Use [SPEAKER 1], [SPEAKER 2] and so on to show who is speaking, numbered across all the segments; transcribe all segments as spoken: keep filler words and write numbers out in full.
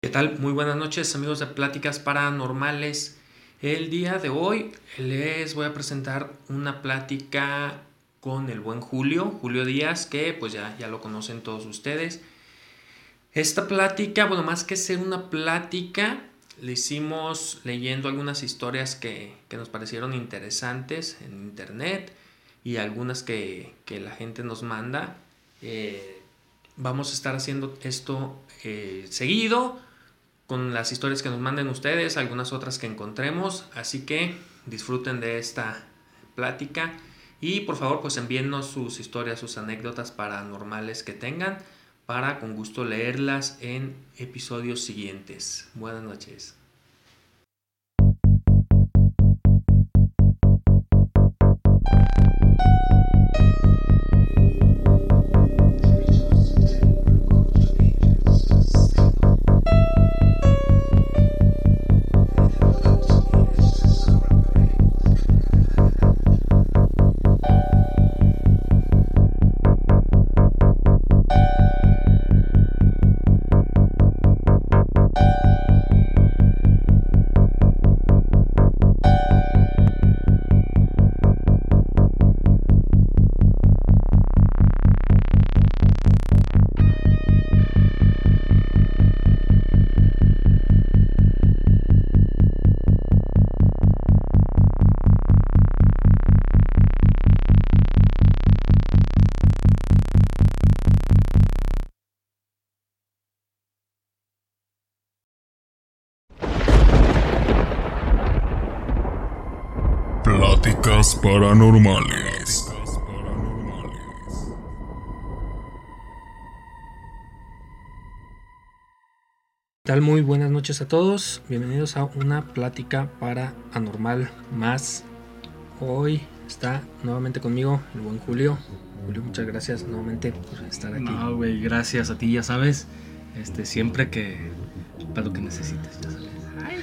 [SPEAKER 1] ¿Qué tal? Muy buenas noches, amigos de Pláticas Paranormales. El día de hoy les voy a presentar una plática con el buen Julio, Julio Díaz, que pues ya, ya lo conocen todos ustedes. Esta plática, bueno, más que ser una plática, le hicimos leyendo algunas historias que, que nos parecieron interesantes en internet y algunas que, que la gente nos manda. Eh, vamos a estar haciendo esto eh, seguido, con las historias que nos manden ustedes, algunas otras que encontremos, así que disfruten de esta plática y por favor pues envíennos sus historias, sus anécdotas paranormales que tengan para con gusto leerlas en episodios siguientes. Buenas noches.
[SPEAKER 2] Pláticas Paranormales.
[SPEAKER 1] ¿Qué tal? Muy buenas noches a todos. Bienvenidos a una plática paranormal más. Hoy está nuevamente conmigo el buen Julio. Julio, muchas gracias nuevamente por estar aquí.
[SPEAKER 3] No, güey, gracias a ti, ya sabes. Este, siempre que para lo que necesites, ya sabes.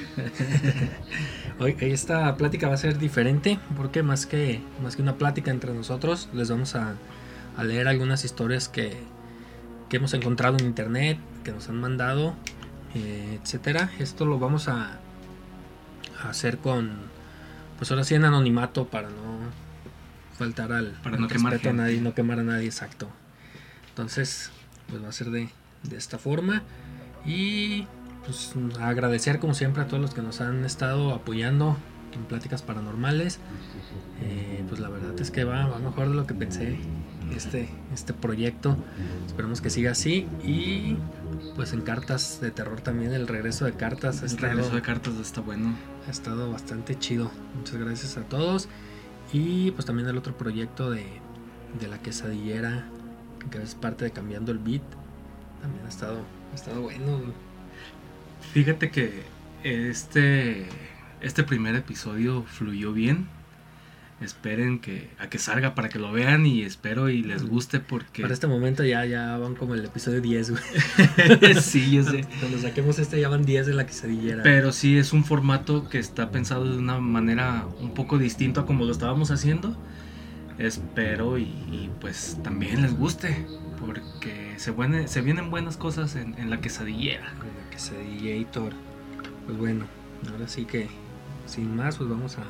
[SPEAKER 1] Hoy esta plática va a ser diferente porque más que, más que una plática entre nosotros, les vamos a, a leer algunas historias que, que hemos encontrado en internet, que nos han mandado, eh, etcétera. Esto lo vamos a, a hacer con, pues ahora sí en anonimato para no faltar al,
[SPEAKER 3] para
[SPEAKER 1] al
[SPEAKER 3] no quemar
[SPEAKER 1] respeto a
[SPEAKER 3] gente.
[SPEAKER 1] nadie, no quemar a nadie, exacto. Entonces, pues va a ser de, de esta forma y pues agradecer como siempre a todos los que nos han estado apoyando en Pláticas Paranormales. Eh, pues la verdad es que va, va mejor de lo que pensé este, este proyecto. Esperemos que siga así. Y pues en Cartas de Terror también, el regreso de Cartas.
[SPEAKER 3] El regreso de Cartas está bueno.
[SPEAKER 1] Ha estado bastante chido. Muchas gracias a todos. Y pues también el otro proyecto de, de La Quesadillera, que es parte de Cambiando el Beat. También ha estado, ha estado bueno.
[SPEAKER 3] Fíjate que este, este primer episodio fluyó bien. Esperen que a que salga para que lo vean y espero y les guste porque...
[SPEAKER 1] Para este momento ya, ya van como el episodio diez, güey.
[SPEAKER 3] Sí, yo sé.
[SPEAKER 1] Cuando saquemos este ya van diez de La Quesadillera.
[SPEAKER 3] Pero sí es un formato que está pensado de una manera un poco distinta a como lo estábamos haciendo. Espero y, y pues también les guste porque se, buene, se vienen buenas cosas en, en La Quesadillera.
[SPEAKER 1] La Quesadillator. Pues bueno, ahora sí que sin más pues vamos a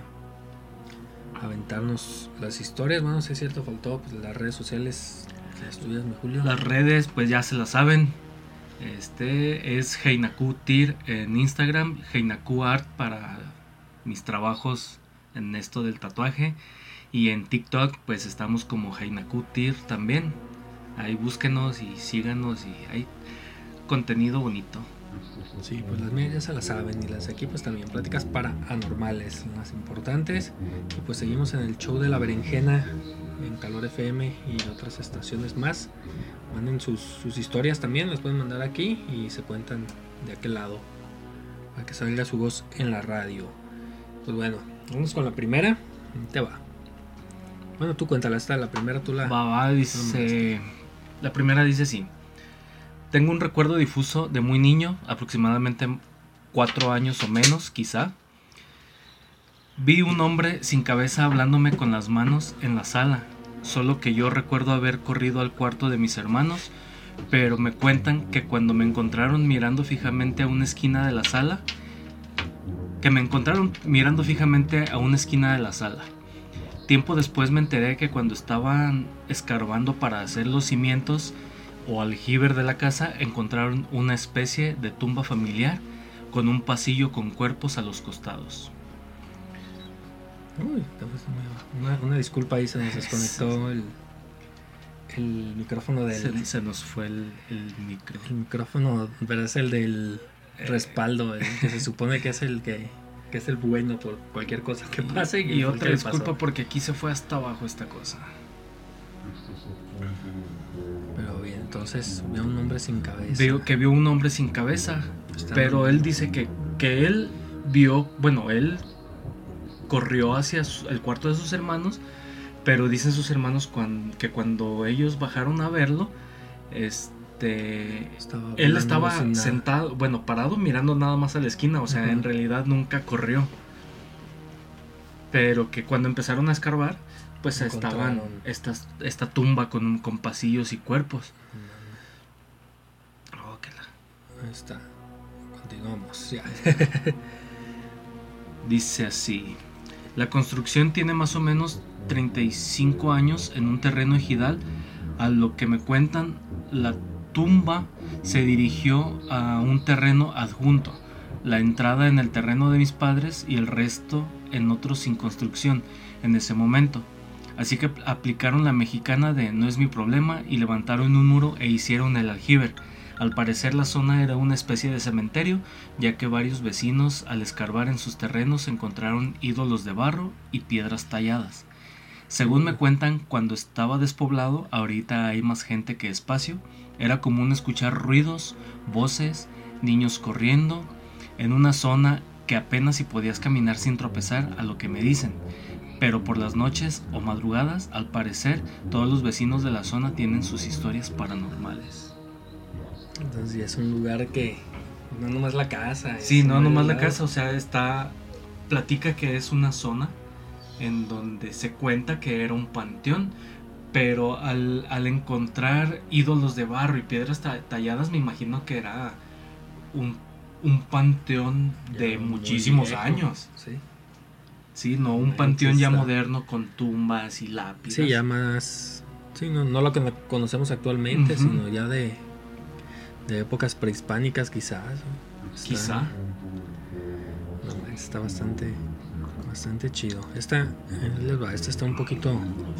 [SPEAKER 1] aventarnos las historias. Bueno, si es cierto, faltó pues las redes sociales. ¿Las tuyas, mi Julio?
[SPEAKER 3] Las redes pues ya se las saben. Este es Heinaku Tir en Instagram, Heinaku Art para mis trabajos en esto del tatuaje. Y en TikTok pues estamos como Heinaku Tir también. Ahí búsquenos y síganos y hay contenido bonito.
[SPEAKER 1] Sí, pues las mías ya se las saben y las de aquí pues también, Pláticas Paranormales, las importantes. Y pues seguimos en el show de La Berenjena en Calor F M y otras estaciones más. Manden sus, sus historias también, las pueden mandar aquí y se cuentan de aquel lado para que salga su voz en la radio. Pues bueno, vamos con la primera. Te va. Bueno, tú cuéntala, esta la primera tú la...
[SPEAKER 3] Va, va, dice... La primera dice así. Tengo un recuerdo difuso de muy niño, aproximadamente cuatro años o menos, quizá. Vi un hombre sin cabeza hablándome con las manos en la sala, solo que yo recuerdo haber corrido al cuarto de mis hermanos, pero me cuentan que cuando me encontraron mirando fijamente a una esquina de la sala, que me encontraron mirando fijamente a una esquina de la sala. Tiempo después me enteré que cuando estaban escarbando para hacer los cimientos o aljiber de la casa, encontraron una especie de tumba familiar con un pasillo con cuerpos a los costados.
[SPEAKER 4] Uy, una, una disculpa ahí, se nos desconectó el, el micrófono del...
[SPEAKER 3] Se, se nos fue el, el micro.
[SPEAKER 4] El micrófono, pero es el del respaldo, el que se supone que es el que, que es el bueno por cualquier cosa que pase.
[SPEAKER 3] Y, y otra disculpa porque aquí se fue hasta abajo esta cosa.
[SPEAKER 4] Pero bien, entonces vio un hombre sin cabeza.
[SPEAKER 3] Vio que vio un hombre sin cabeza, Está pero bien. Él dice que, que él vio, bueno, él corrió hacia su, el cuarto de sus hermanos, pero dicen sus hermanos cuando, que cuando ellos bajaron a verlo, este, estaba él estaba sentado, bueno, parado mirando nada más a la esquina, o sea, uh-huh. en realidad nunca corrió. Pero que cuando empezaron a escarbar, pues estaban estas, esta tumba con, con pasillos y cuerpos.
[SPEAKER 4] Uh-huh. Oh, que la... Ahí está. Continuamos. Ya.
[SPEAKER 3] Dice así. La construcción tiene más o menos treinta y cinco años en un terreno ejidal. A lo que me cuentan, la tumba se dirigió a un terreno adjunto, la entrada en el terreno de mis padres y el resto en otro sin construcción en ese momento. Así que aplicaron la mexicana de no es mi problema y levantaron un muro e hicieron el aljiber. Al parecer la zona era una especie de cementerio, ya que varios vecinos al escarbar en sus terrenos encontraron ídolos de barro y piedras talladas. Según me cuentan, cuando estaba despoblado, ahorita hay más gente que espacio, era común escuchar ruidos, voces, niños corriendo, en una zona que apenas si podías caminar sin tropezar, a lo que me dicen. Pero por las noches o madrugadas, al parecer, todos los vecinos de la zona tienen sus historias paranormales.
[SPEAKER 4] Entonces ya es un lugar que no nomás la casa.
[SPEAKER 3] Sí, no nomás la casa, o sea, está, platica que es una zona en donde se cuenta que era un panteón, pero al, al encontrar ídolos de barro y piedras talladas, me imagino que era un, un panteón ya de muchísimos viejo, años.
[SPEAKER 4] Sí.
[SPEAKER 3] Sí, no un panteón ya moderno con tumbas y lápidas.
[SPEAKER 4] Sí, ya más, sí, no, no lo que conocemos actualmente, uh-huh. sino ya de de épocas prehispánicas quizás.
[SPEAKER 3] Está, Quizá.
[SPEAKER 4] No, está bastante bastante chido. Esta, les va, esta está un poquito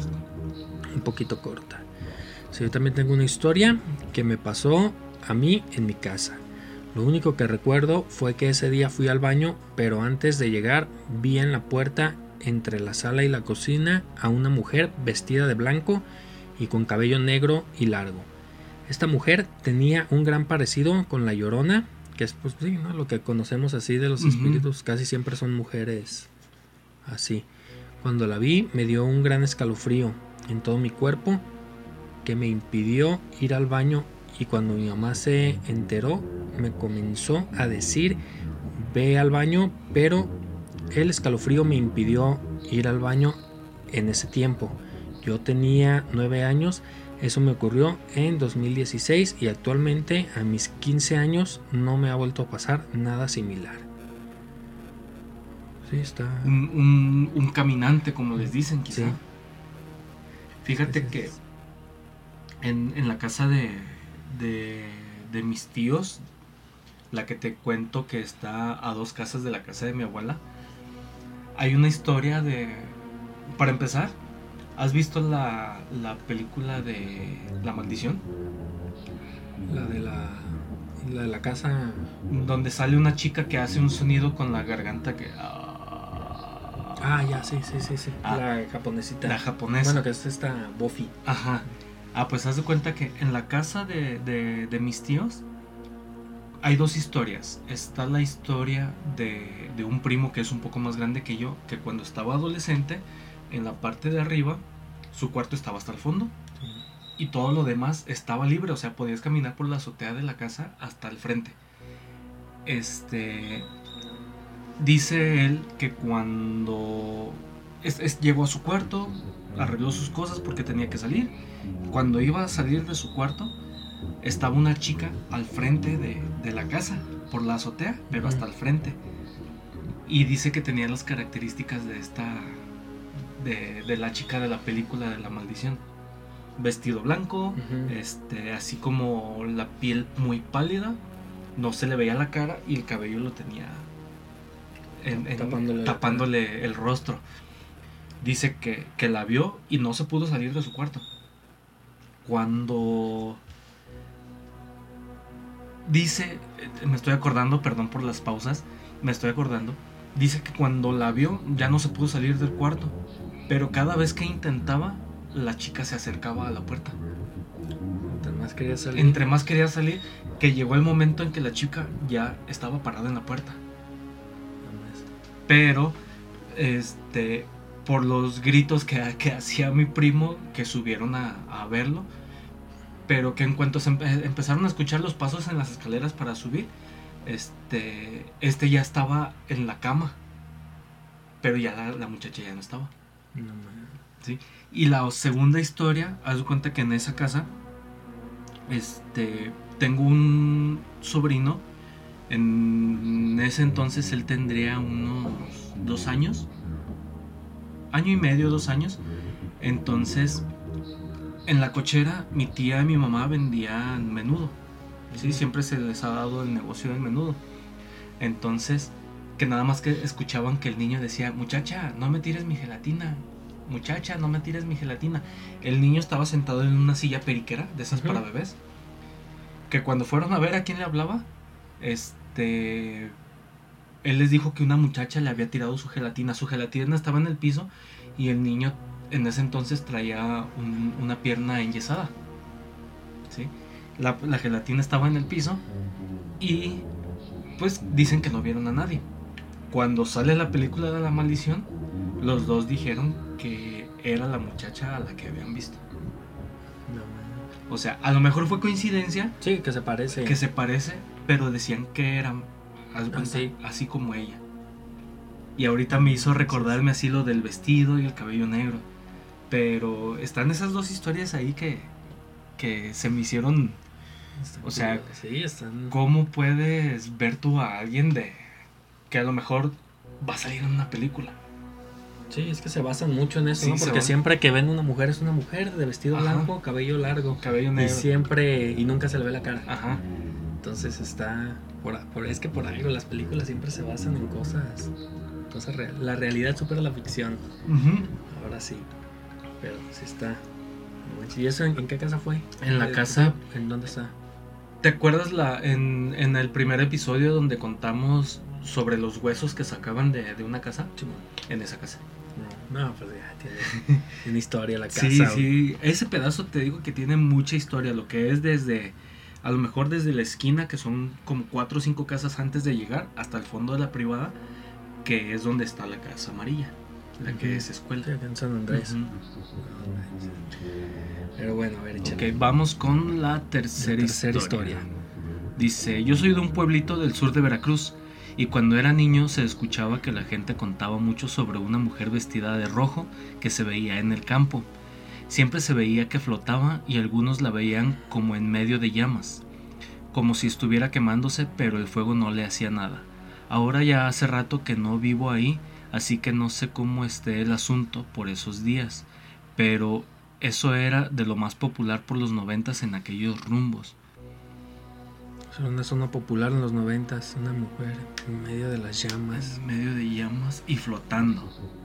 [SPEAKER 4] un poquito corta. Sí, yo también tengo una historia que me pasó a mí en mi casa. Lo único que recuerdo fue que ese día fui al baño, pero antes de llegar vi en la puerta entre la sala y la cocina a una mujer vestida de blanco y con cabello negro y largo. Esta mujer tenía un gran parecido con la Llorona, que es pues sí, ¿no? Lo que conocemos así de los uh-huh. espíritus, casi siempre son mujeres así. Cuando la vi me dio un gran escalofrío en todo mi cuerpo que me impidió ir al baño, y cuando mi mamá se enteró me comenzó a decir ve al baño, pero el escalofrío me impidió ir al baño en ese tiempo. Yo tenía nueve años. Eso me ocurrió en dos mil dieciséis y actualmente a mis quince años no me ha vuelto a pasar nada similar. Sí, está...
[SPEAKER 3] Un, un, un caminante, como les dicen, quizá. Sí. Fíjate
[SPEAKER 4] Ese
[SPEAKER 3] que
[SPEAKER 4] es...
[SPEAKER 3] en, en la casa de, de, de mis tíos, la que te cuento que está a dos casas de la casa de mi abuela, hay una historia de... Para empezar, ¿has visto la, la película de La Maldición?
[SPEAKER 4] La de la, la de la casa...
[SPEAKER 3] Donde sale una chica que hace un sonido con la garganta que...
[SPEAKER 4] Ah, ya, sí, sí, sí, sí. Ah, la japonesita.
[SPEAKER 3] La japonesa.
[SPEAKER 4] Bueno, que es esta Buffy.
[SPEAKER 3] Ajá. Ah, pues haz de cuenta que en la casa de, de, de mis tíos hay dos historias. Está la historia de, de un primo que es un poco más grande que yo, que cuando estaba adolescente, en la parte de arriba, su cuarto estaba hasta el fondo. Sí. Y todo lo demás estaba libre, o sea, podías caminar por la azotea de la casa hasta el frente. Este... Dice él que cuando es, es, llegó a su cuarto, arregló sus cosas porque tenía que salir. Cuando iba a salir de su cuarto, estaba una chica al frente de, de la casa, por la azotea, pero hasta el frente. Y dice que tenía las características de esta, de, de la chica de la película de la maldición. Vestido blanco, uh-huh. este, así como la piel muy pálida, no se le veía la cara y el cabello lo tenía en, en, tapándole, tapándole el rostro. Dice que, que la vio y no se pudo salir de su cuarto. Cuando dice, me estoy acordando, perdón por las pausas, me estoy acordando, dice que cuando la vio ya no se pudo salir del cuarto, pero cada vez que intentaba, la chica se acercaba a la puerta.
[SPEAKER 4] Entre más quería salir.
[SPEAKER 3] Entre más quería salir, que llegó el momento en que la chica ya estaba parada en la puerta. Pero, este, por los gritos que, que hacía mi primo, que subieron a, a verlo, pero que en cuanto se empe- empezaron a escuchar los pasos en las escaleras para subir, este, este ya estaba en la cama, pero ya la, la muchacha ya no estaba.
[SPEAKER 4] No, man.
[SPEAKER 3] ¿Sí? Y la segunda historia, haz de cuenta que en esa casa, este, tengo un sobrino. En ese entonces él tendría unos dos años, año y medio, dos años. Entonces, en la cochera, mi tía y mi mamá vendían menudo. Sí, siempre se les ha dado el negocio del menudo. Entonces, que nada más que escuchaban que el niño decía: muchacha, no me tires mi gelatina. Muchacha, no me tires mi gelatina. El niño estaba sentado en una silla periquera, de esas uh-huh. para bebés. Que cuando fueron a ver a quién le hablaba, este, él les dijo que una muchacha le había tirado su gelatina. Su gelatina estaba en el piso y el niño en ese entonces traía un, una pierna enyesada. ¿Sí? La, la gelatina estaba en el piso y pues dicen que no vieron a nadie. Cuando sale la película de la maldición, los dos dijeron que era la muchacha a la que habían visto. No. O sea, a lo mejor fue coincidencia.
[SPEAKER 4] Sí, que se parece.
[SPEAKER 3] Que se parece, pero decían que era
[SPEAKER 4] así.
[SPEAKER 3] así como ella. Y ahorita me hizo recordarme así lo del vestido y el cabello negro. Pero están esas dos historias ahí que, que se me hicieron...
[SPEAKER 4] Están
[SPEAKER 3] o sea,
[SPEAKER 4] sí, están...
[SPEAKER 3] ¿cómo puedes ver tú a alguien de que a lo mejor va a salir en una película?
[SPEAKER 4] Sí, es que se basan mucho en eso, sí, ¿no? Porque
[SPEAKER 3] va...
[SPEAKER 4] siempre que ven una mujer es una mujer de vestido Ajá. blanco, cabello largo,
[SPEAKER 3] cabello negro.
[SPEAKER 4] Y siempre, y nunca se le ve la cara.
[SPEAKER 3] Ajá.
[SPEAKER 4] Entonces está, por, por, es que por algo las películas siempre se basan en cosas, cosas reales. La realidad supera la ficción.
[SPEAKER 3] Uh-huh.
[SPEAKER 4] Ahora sí, pero sí está. ¿Y eso en, en qué casa fue?
[SPEAKER 3] En la casa.
[SPEAKER 4] ¿En dónde está?
[SPEAKER 3] ¿Te acuerdas la en, en el primer episodio donde contamos sobre los huesos que sacaban de, de una casa?
[SPEAKER 4] Sí,
[SPEAKER 3] en esa casa.
[SPEAKER 4] No, no, pues ya tiene, tiene historia la casa.
[SPEAKER 3] Sí, sí, ese pedazo te digo que tiene mucha historia, lo que es desde, a lo mejor desde la esquina, que son como cuatro o cinco casas antes de llegar, hasta el fondo de la privada, que es donde está la casa amarilla, la que uh-huh. es escuela.
[SPEAKER 4] Sí, en San Andrés. Uh-huh. Pero bueno, a ver, échale.
[SPEAKER 3] Ok, vamos con la tercera,
[SPEAKER 4] la tercera
[SPEAKER 3] historia.
[SPEAKER 4] historia.
[SPEAKER 3] Dice: yo soy de un pueblito del sur de Veracruz, y cuando era niño se escuchaba que la gente contaba mucho sobre una mujer vestida de rojo que se veía en el campo. Siempre se veía que flotaba y algunos la veían como en medio de llamas, como si estuviera quemándose, pero el fuego no le hacía nada. Ahora ya hace rato que no vivo ahí, así que no sé cómo esté el asunto por esos días, pero eso era de lo más popular por los noventas en aquellos rumbos.
[SPEAKER 4] Era una zona popular en los noventas, una mujer en medio de las llamas.
[SPEAKER 3] En medio de llamas y flotando.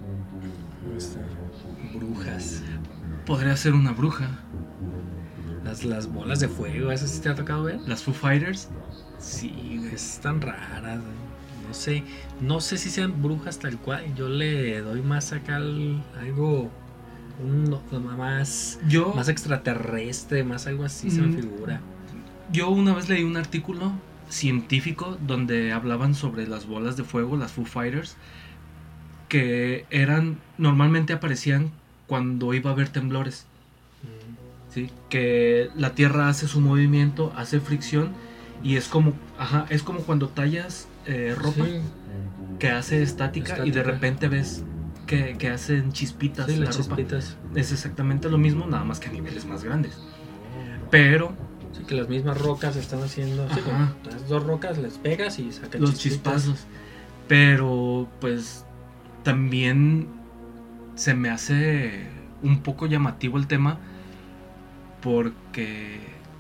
[SPEAKER 4] Brujas.
[SPEAKER 3] Podría ser una bruja.
[SPEAKER 4] Las, las bolas de fuego, ¿esas sí te ha tocado ver?
[SPEAKER 3] Las Foo Fighters.
[SPEAKER 4] Sí, están raras. No sé, no sé si sean brujas tal cual. Yo le doy más acá al, algo un, más,
[SPEAKER 3] Yo,
[SPEAKER 4] más extraterrestre, más algo así mm, se me figura.
[SPEAKER 3] Yo una vez leí un artículo científico donde hablaban sobre las bolas de fuego, las Foo Fighters, que eran, normalmente aparecían cuando iba a haber temblores. Mm. ¿Sí? Que la tierra hace su movimiento, hace fricción y es como, ajá, es como cuando tallas eh, ropa, sí, que hace estática, estática y de repente ves que, que hacen chispitas.
[SPEAKER 4] Sí,
[SPEAKER 3] la
[SPEAKER 4] las
[SPEAKER 3] ropa.
[SPEAKER 4] chispitas.
[SPEAKER 3] Es exactamente lo mismo, nada más que a niveles más grandes. Pero
[SPEAKER 4] Sí, que las mismas rocas están haciendo. Sí,
[SPEAKER 3] Ajá.
[SPEAKER 4] como las dos rocas les pegas y sacas
[SPEAKER 3] los chispazos. Pero pues también se me hace un poco llamativo el tema porque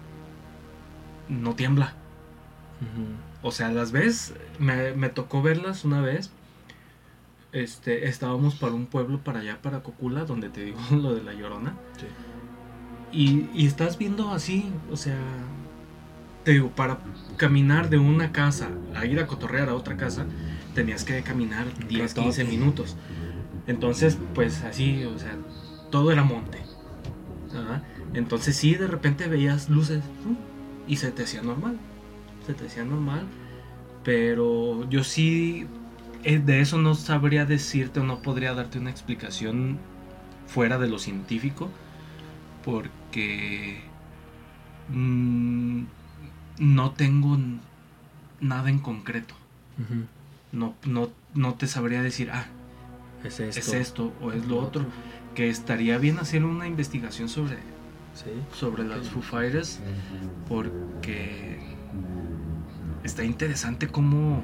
[SPEAKER 3] no tiembla.
[SPEAKER 4] Uh-huh.
[SPEAKER 3] O sea, las ves, me, me tocó verlas una vez. Este, estábamos para un pueblo para allá, para Cocula, donde te digo lo de la Llorona.
[SPEAKER 4] Sí.
[SPEAKER 3] Y, y estás viendo así, o sea, te digo, para caminar de una casa a ir a cotorrear a otra casa, tenías que caminar diez, quince minutos. Entonces, pues así, o sea, todo era monte. ¿Verdad? Entonces sí, de repente veías luces y se te hacía normal. Se te hacía normal. Pero yo sí, de eso no sabría decirte o no podría darte una explicación fuera de lo científico. Porque mmm, no tengo nada en concreto.
[SPEAKER 4] Uh-huh.
[SPEAKER 3] No, no, no te sabría decir, ah,
[SPEAKER 4] es esto,
[SPEAKER 3] es esto o es lo otro. Que estaría bien hacer una investigación sobre,
[SPEAKER 4] sí,
[SPEAKER 3] sobre las Foo Fighters, porque está interesante cómo,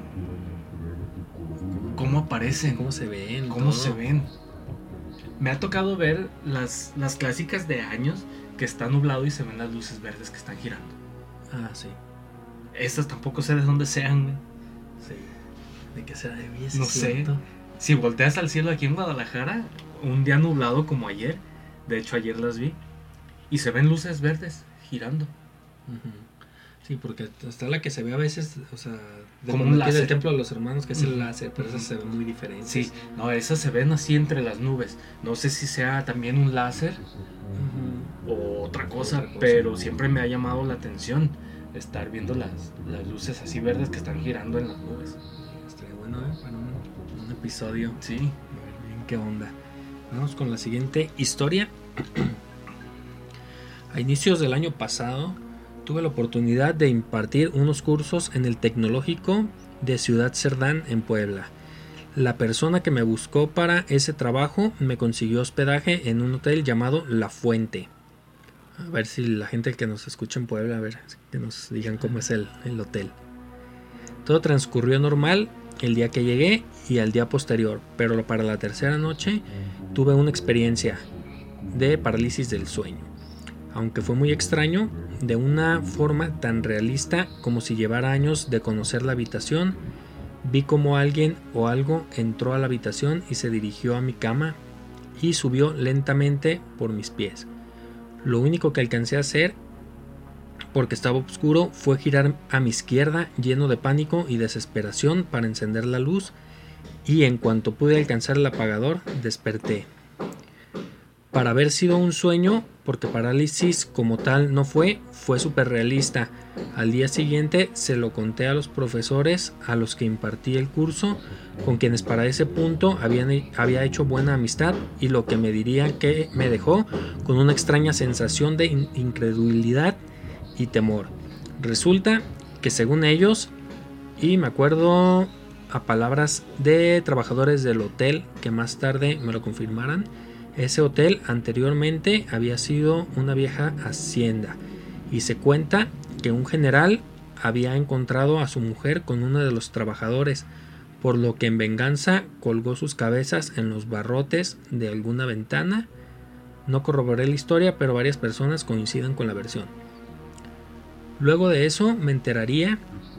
[SPEAKER 3] cómo aparecen,
[SPEAKER 4] cómo se ven,
[SPEAKER 3] cómo
[SPEAKER 4] todo.
[SPEAKER 3] se ven. Me ha tocado ver las, las clásicas de años que está nublado y se ven las luces verdes que están girando.
[SPEAKER 4] Ah, sí.
[SPEAKER 3] Estas tampoco sé de dónde sean.
[SPEAKER 4] Sí. ¿De qué será?
[SPEAKER 3] No sé. Si volteas al cielo aquí en Guadalajara, un día nublado como ayer, de hecho ayer las vi, y se ven luces verdes girando.
[SPEAKER 4] Uh-huh. Sí, porque está la que se ve a veces, o sea,
[SPEAKER 3] como un láser
[SPEAKER 4] del templo de los hermanos, que es
[SPEAKER 3] uh-huh.
[SPEAKER 4] el láser, pero uh-huh. esas se ven muy diferentes.
[SPEAKER 3] Sí, no, esas se ven así entre las nubes. No sé si sea también un láser uh-huh. o otra cosa, otra cosa, pero siempre me ha llamado la atención estar viendo las, las luces así verdes que están girando en las nubes.
[SPEAKER 4] Estaría bueno, ¿eh? Para un, un episodio.
[SPEAKER 3] Sí.
[SPEAKER 4] A ver bien qué onda. Vamos con la siguiente historia. A inicios del año pasado tuve la oportunidad de impartir unos cursos en el Tecnológico de Ciudad Cerdán en Puebla. La persona que me buscó para ese trabajo me consiguió hospedaje en un hotel llamado La Fuente. A ver si la gente que nos escucha en Puebla, a ver, que nos digan cómo es el, el hotel. Todo transcurrió normal el día que llegué y al día posterior, pero para la tercera noche tuve una experiencia de parálisis del sueño. Aunque fue muy extraño, de una forma tan realista como si llevara años de conocer la habitación, vi como alguien o algo entró a la habitación y se dirigió a mi cama y subió lentamente por mis pies. Lo único que alcancé a hacer, porque estaba oscuro, fue girar a mi izquierda lleno de pánico y desesperación para encender la luz, y en cuanto pude alcanzar el apagador, desperté. Para haber sido un sueño, porque parálisis como tal no fue, fue súper realista. Al día siguiente se lo conté a los profesores a los que impartí el curso, con quienes para ese punto habían, había hecho buena amistad, y lo que me dirían que me dejó con una extraña sensación de in- incredulidad y temor. Resulta que según ellos, y me acuerdo a palabras de trabajadores del hotel que más tarde me lo confirmaran, ese hotel anteriormente había sido una vieja hacienda, y se cuenta que un general había encontrado a su mujer con uno de los trabajadores, por lo que en venganza colgó sus cabezas en los barrotes de alguna ventana. No corroboré la historia, pero varias personas coinciden con la versión. Luego de eso me enteraría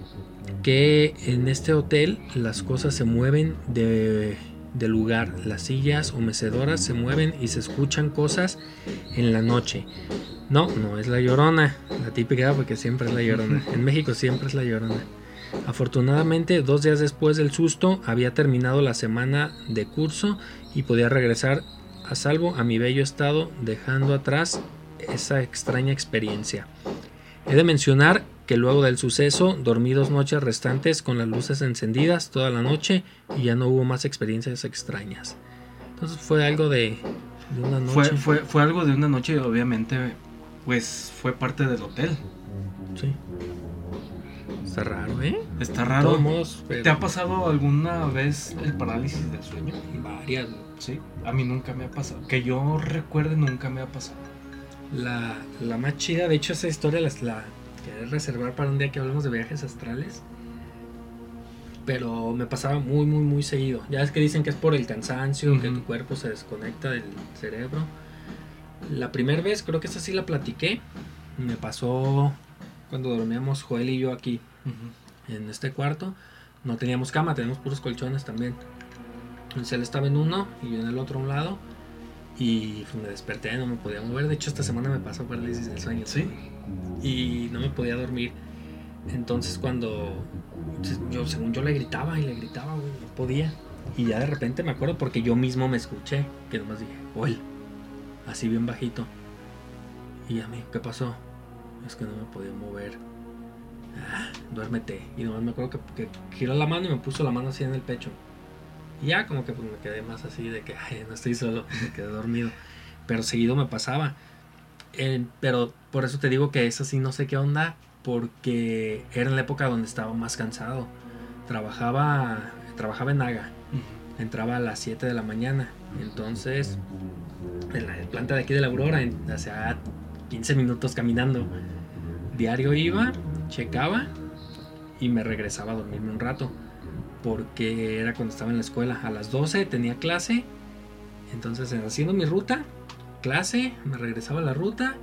[SPEAKER 4] que en este hotel las cosas se mueven de, de lugar. Las sillas o mecedoras se mueven y se escuchan cosas en la noche. No, no es la Llorona, la típica, porque siempre es la Llorona. En México siempre es la Llorona. Afortunadamente, dos días después del susto, había terminado la semana de curso y podía regresar a salvo a mi bello estado, dejando atrás esa extraña experiencia. He de mencionar que luego del suceso dormí dos noches restantes con las luces encendidas toda la noche y ya no hubo más experiencias extrañas. Entonces fue algo de, de una noche.
[SPEAKER 3] Fue, fue, fue algo de una noche, obviamente, pues fue parte del hotel.
[SPEAKER 4] Sí. Está raro, ¿eh?
[SPEAKER 3] Está raro.
[SPEAKER 4] De todos modos, pero...
[SPEAKER 3] ¿Te ha pasado alguna vez el parálisis del sueño?
[SPEAKER 4] Varias.
[SPEAKER 3] Sí, a mí nunca me ha pasado. Que yo recuerde, nunca me ha pasado.
[SPEAKER 4] La, la más chida, de hecho esa historia la, la, querer reservar para un día que hablemos de viajes astrales. Pero me pasaba muy, muy, muy seguido. Ya es que dicen que es por el cansancio, uh-huh. que tu cuerpo se desconecta del cerebro. La primera vez, creo que esa sí la platiqué. Me pasó cuando dormíamos Joel y yo aquí, uh-huh. en este cuarto. No teníamos cama, teníamos puros colchones también. Entonces él estaba en uno y yo en el otro a un lado. Y pues, me desperté, no me podía mover. De hecho, esta semana me pasó parálisis del sueño.
[SPEAKER 3] ¿Sí?
[SPEAKER 4] Y no me podía dormir. Entonces cuando yo, según yo le gritaba y le gritaba, güey, no podía. Y ya de repente me acuerdo porque yo mismo me escuché, que nomás dije, Joel, así bien bajito. Y a mí, ¿qué pasó? Es que no me podía mover. Ah, duérmete. Y nomás me acuerdo que, que giró la mano y me puso la mano así en el pecho. Y ya como que pues, me quedé más así de que, ay, no estoy solo, me quedé dormido. Pero seguido me pasaba. Eh, pero por eso te digo que eso sí no sé qué onda. Porque era en la época donde estaba más cansado. Trabajaba trabajaba en Haga. Uh-huh. Entraba a las siete de la mañana. Entonces, en la planta de aquí de la Aurora, hacía quince minutos caminando. Diario iba, checaba y me regresaba a dormirme un rato. Porque era cuando estaba en la escuela. A las doce tenía clase. Entonces, haciendo mi ruta, clase, me regresaba a la ruta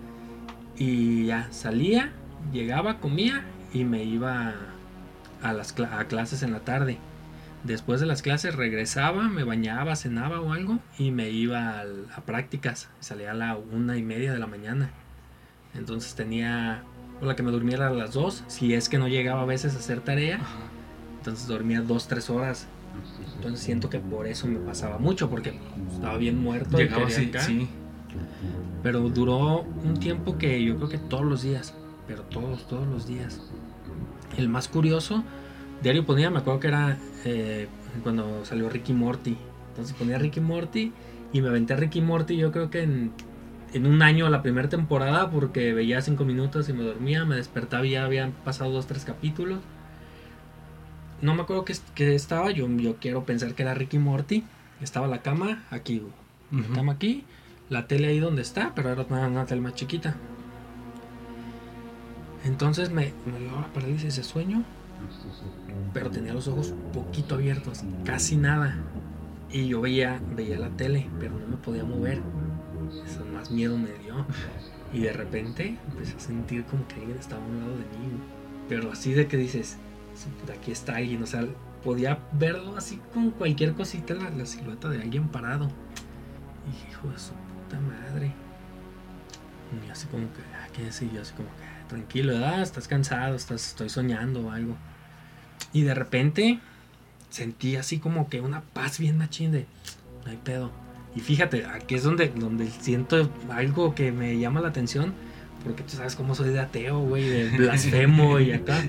[SPEAKER 4] y ya salía. Llegaba, comía y me iba a las cl- a clases en la tarde. Después de las clases regresaba, me bañaba, cenaba o algo y me iba a, a prácticas. Salía a la una y media de la mañana. Entonces tenía, o la que me durmiera a las dos, si es que no llegaba a veces a hacer tarea. Ajá. Entonces dormía dos, tres horas. Entonces siento que por eso me pasaba mucho, porque estaba bien muerto.
[SPEAKER 3] Llegaba
[SPEAKER 4] y
[SPEAKER 3] así,
[SPEAKER 4] acá.
[SPEAKER 3] sí.
[SPEAKER 4] Pero duró un tiempo que yo creo que todos los días. Pero todos, todos los días. El más curioso, diario ponía, me acuerdo que era eh, cuando salió Ricky Morty. Entonces ponía Ricky Morty y me aventé a Ricky Morty yo creo que en, en un año la primera temporada, porque veía cinco minutos y me dormía, me despertaba y ya habían pasado dos, tres capítulos. No me acuerdo que, que estaba, yo, yo quiero pensar que era Ricky Morty. Estaba la cama aquí, uh-huh. La cama aquí, la tele ahí donde está, pero era una, una tele más chiquita. Entonces me, me dio la parálisis de sueño, pero tenía los ojos un poquito abiertos, casi nada. Y yo veía, veía la tele, pero no me podía mover. Eso más miedo me dio. Y de repente empecé a sentir como que alguien estaba a un lado de mí. Pero así de que dices, aquí está alguien. O sea, podía verlo así con cualquier cosita, la, la silueta de alguien parado. Y dije, hijo de su puta madre. Y así como que, ah, ¿qué es? Y yo así como que, tranquilo, ¿verdad? Estás cansado, estás, estoy soñando o algo. Y de repente sentí así como que una paz bien machín de, no hay pedo. Y fíjate, aquí es donde, donde siento algo que me llama la atención, porque tú sabes cómo soy de ateo, güey, de blasfemo y acá.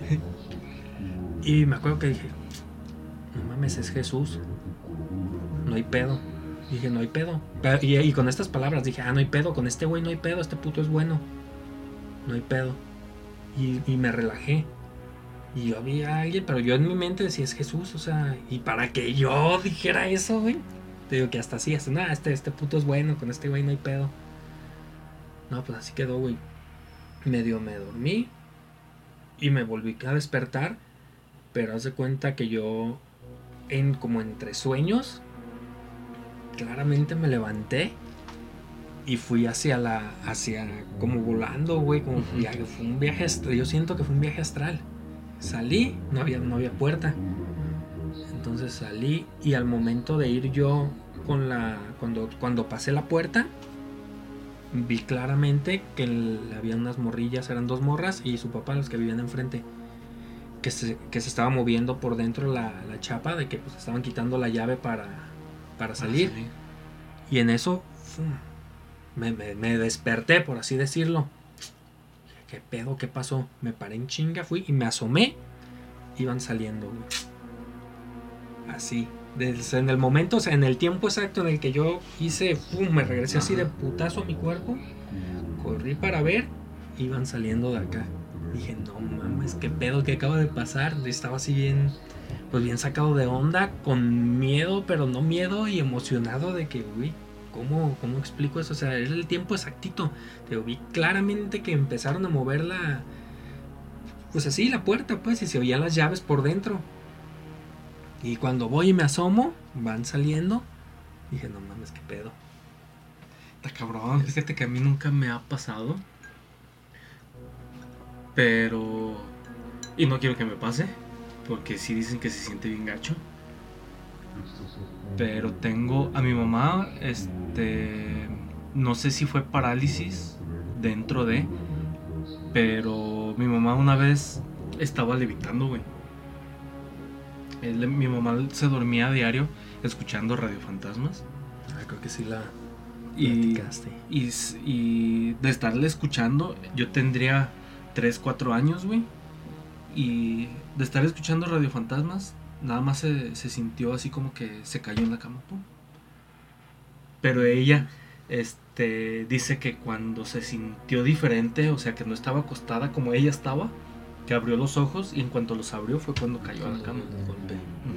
[SPEAKER 4] Y me acuerdo que dije, no mames, es Jesús, no hay pedo. Dije, no hay pedo. Y, y con estas palabras dije, ah, no hay pedo, con este güey no hay pedo, este puto es bueno. No hay pedo. Y, y me relajé. Y yo vi a alguien, pero yo en mi mente decía, es Jesús, o sea, y para que yo dijera eso, güey. Te digo que hasta así, hasta nada, este, este puto es bueno, con este güey no hay pedo. No, pues así quedó, güey. Medio me dormí y me volví a despertar, pero haz de cuenta que yo, en como entre sueños, claramente me levanté y fui hacia la, hacia, como volando, güey, como uh-huh. viaje, fue un viaje astral, yo siento que fue un viaje astral. Salí, no había, no había puerta. Entonces salí y al momento de ir yo con la, cuando, cuando pasé la puerta, vi claramente que el, había unas morrillas, eran dos morras y su papá, los que vivían enfrente, que se, que se estaba moviendo por dentro la, la chapa, de que pues estaban quitando la llave para, para salir. Ah, sí. Y en eso ¡fum! Me, me, me desperté, por así decirlo. ¿Qué pedo? ¿Qué pasó? Me paré en chinga, fui y me asomé. Iban saliendo, güey. Así. Desde en el momento, o sea, en el tiempo exacto en el que yo hice, pum, me regresé así de putazo a mi cuerpo. Corrí para ver. Iban saliendo de acá. Dije, no mames, qué pedo, qué acaba de pasar. Estaba así bien, pues bien sacado de onda, con miedo, pero no miedo y emocionado de que, uy, ¿Cómo, ¿Cómo explico eso? O sea, era el tiempo exactito. Te vi claramente que empezaron a mover la, pues así la puerta, pues, y se oían las llaves por dentro. Y cuando voy y me asomo, van saliendo. Dije, no mames, qué pedo.
[SPEAKER 3] Está cabrón, fíjate que a mí nunca me ha pasado. Pero... Y no quiero que me pase, porque sí dicen que se siente bien gacho. Pero tengo a mi mamá, este... no sé si fue parálisis dentro de... Pero mi mamá una vez estaba levitando, güey. Él- Mi mamá se dormía a diario escuchando Radio Fantasmas.
[SPEAKER 4] Ah, creo que sí la
[SPEAKER 3] Y,
[SPEAKER 4] platicaste.
[SPEAKER 3] y, s- y de estarle escuchando, yo tendría tres, cuatro años, güey. Y de estar escuchando Radio Fantasmas, nada más se, se sintió así como que se cayó en la cama, pum. Pero ella este, dice que cuando se sintió diferente, o sea, que no estaba acostada como ella estaba, que abrió los ojos y en cuanto los abrió fue cuando cayó a la cama.
[SPEAKER 4] Golpe.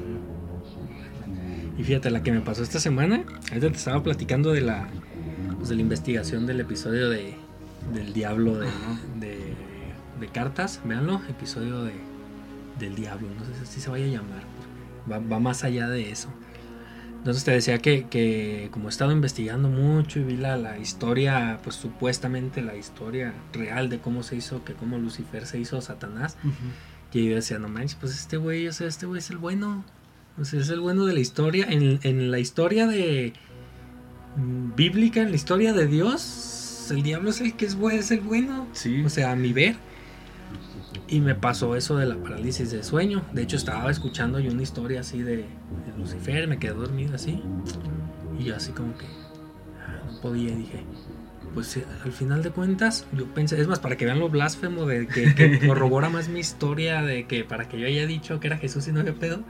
[SPEAKER 3] Ujú.
[SPEAKER 4] Y fíjate, la que me pasó esta semana, ahorita te estaba platicando de la, pues, de la investigación del episodio de, del diablo de,
[SPEAKER 3] Ajá.
[SPEAKER 4] de, de cartas. Véanlo, episodio de, del diablo, no sé si así se vaya a llamar. Va, va más allá de eso. Entonces te decía que, que como he estado investigando mucho y vi la, la historia, pues supuestamente la historia real de cómo se hizo, que cómo Lucifer se hizo Satanás,
[SPEAKER 3] Ujú.
[SPEAKER 4] y yo decía, no manches, pues este güey, o sea, este güey es el bueno. O sea, es el bueno de la historia. En, en la historia de mm, bíblica, en la historia de Dios, el diablo es el que es, bue- es el bueno.
[SPEAKER 3] Sí.
[SPEAKER 4] O sea, a mi ver. Y me pasó eso de la parálisis de sueño. De hecho, estaba escuchando yo una historia así de, de Lucifer, me quedé dormido así. Y yo así como que ah, no podía, y dije, pues eh, al final de cuentas, yo pensé, es más, para que vean lo blasfemo de que, que corrobora más mi historia, de que para que yo haya dicho que era Jesús y no había pedo,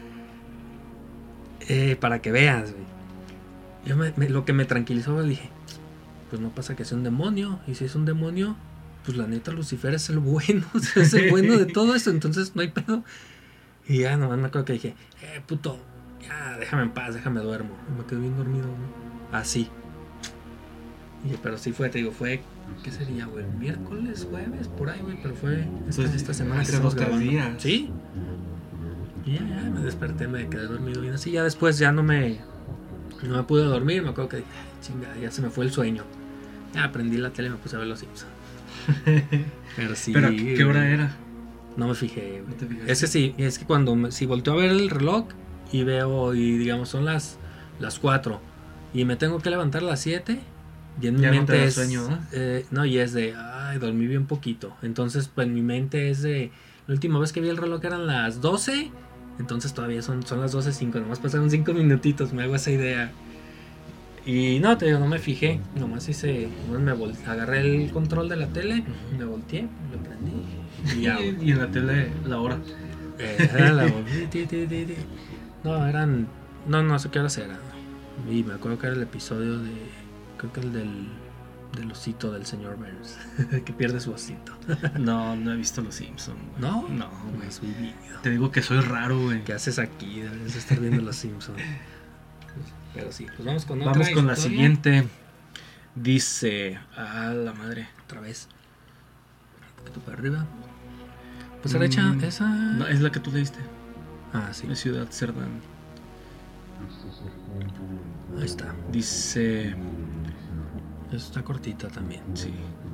[SPEAKER 4] eh, para que veas, güey. Yo me- me- lo que me tranquilizó, le dije, pues no pasa que sea un demonio, y si es un demonio, pues la neta Lucifer es el bueno, o sea, es el bueno de todo esto, entonces no hay pedo. Y ya nomás me acuerdo que dije, eh, puto, ya déjame en paz, déjame duermo. Y me quedé bien dormido, güey. Así. Y dije, pero sí fue, te digo, fue, ¿qué sería, güey? Miércoles, jueves, por ahí, güey, pero fue esta,
[SPEAKER 3] Pues,
[SPEAKER 4] esta semana
[SPEAKER 3] hace
[SPEAKER 4] que estamos
[SPEAKER 3] dos, tres
[SPEAKER 4] grabando.
[SPEAKER 3] días.
[SPEAKER 4] Sí. Y ya, ya, me desperté, me quedé dormido bien así. Ya después ya no me, no me pude dormir, me acuerdo que dije, "Ay, chingada, ya se me fue el sueño". Ya prendí la tele y me puse a ver los Simpsons. Pero sí.
[SPEAKER 3] Pero ¿qué hora
[SPEAKER 4] güey,
[SPEAKER 3] era?
[SPEAKER 4] No me fijé, güey.
[SPEAKER 3] ¿No te fijaste?
[SPEAKER 4] Es que sí, es que cuando me- si volteo a ver el reloj y veo, y digamos son las las cuatro y me tengo que levantar a las siete, y en mi
[SPEAKER 3] Ya no te
[SPEAKER 4] mente
[SPEAKER 3] da
[SPEAKER 4] es
[SPEAKER 3] sueño, ¿no?
[SPEAKER 4] eh, no, y es de ay, dormí bien poquito. Entonces, pues en mi mente es de la última vez que vi el reloj eran las doce, entonces todavía son son las doce cinco, nomás pasaron cinco minutitos, me hago esa idea. Y no, te digo, no me fijé, nomás hice, nomás me vol- agarré el control de la tele, me volteé, lo prendí y ya, güey.
[SPEAKER 3] Y en la tele la hora.
[SPEAKER 4] Eh, era la voz, ti, ti, ti, ti. No, eran. No, no sé qué horas eran. Y me acuerdo que era el episodio de. Creo que el del. Del osito del señor Burns. Que pierde su osito.
[SPEAKER 3] No, no he visto Los Simpsons.
[SPEAKER 4] ¿No?
[SPEAKER 3] No, güey.
[SPEAKER 4] Me subí.
[SPEAKER 3] Te digo que soy raro, güey.
[SPEAKER 4] ¿Qué haces aquí? Debes estar viendo los Simpsons. Pero sí, pues vamos con otra
[SPEAKER 3] Vamos con la
[SPEAKER 4] historia.
[SPEAKER 3] siguiente. Dice. A la madre.
[SPEAKER 4] Otra vez. Un poquito para arriba. Pues era hecha
[SPEAKER 3] Mm,
[SPEAKER 4] esa.
[SPEAKER 3] No, es la que tú leíste.
[SPEAKER 4] Ah, sí.
[SPEAKER 3] La ciudad Cerdán.
[SPEAKER 4] Ahí está.
[SPEAKER 3] Dice.
[SPEAKER 4] Está cortita también.
[SPEAKER 3] Sí.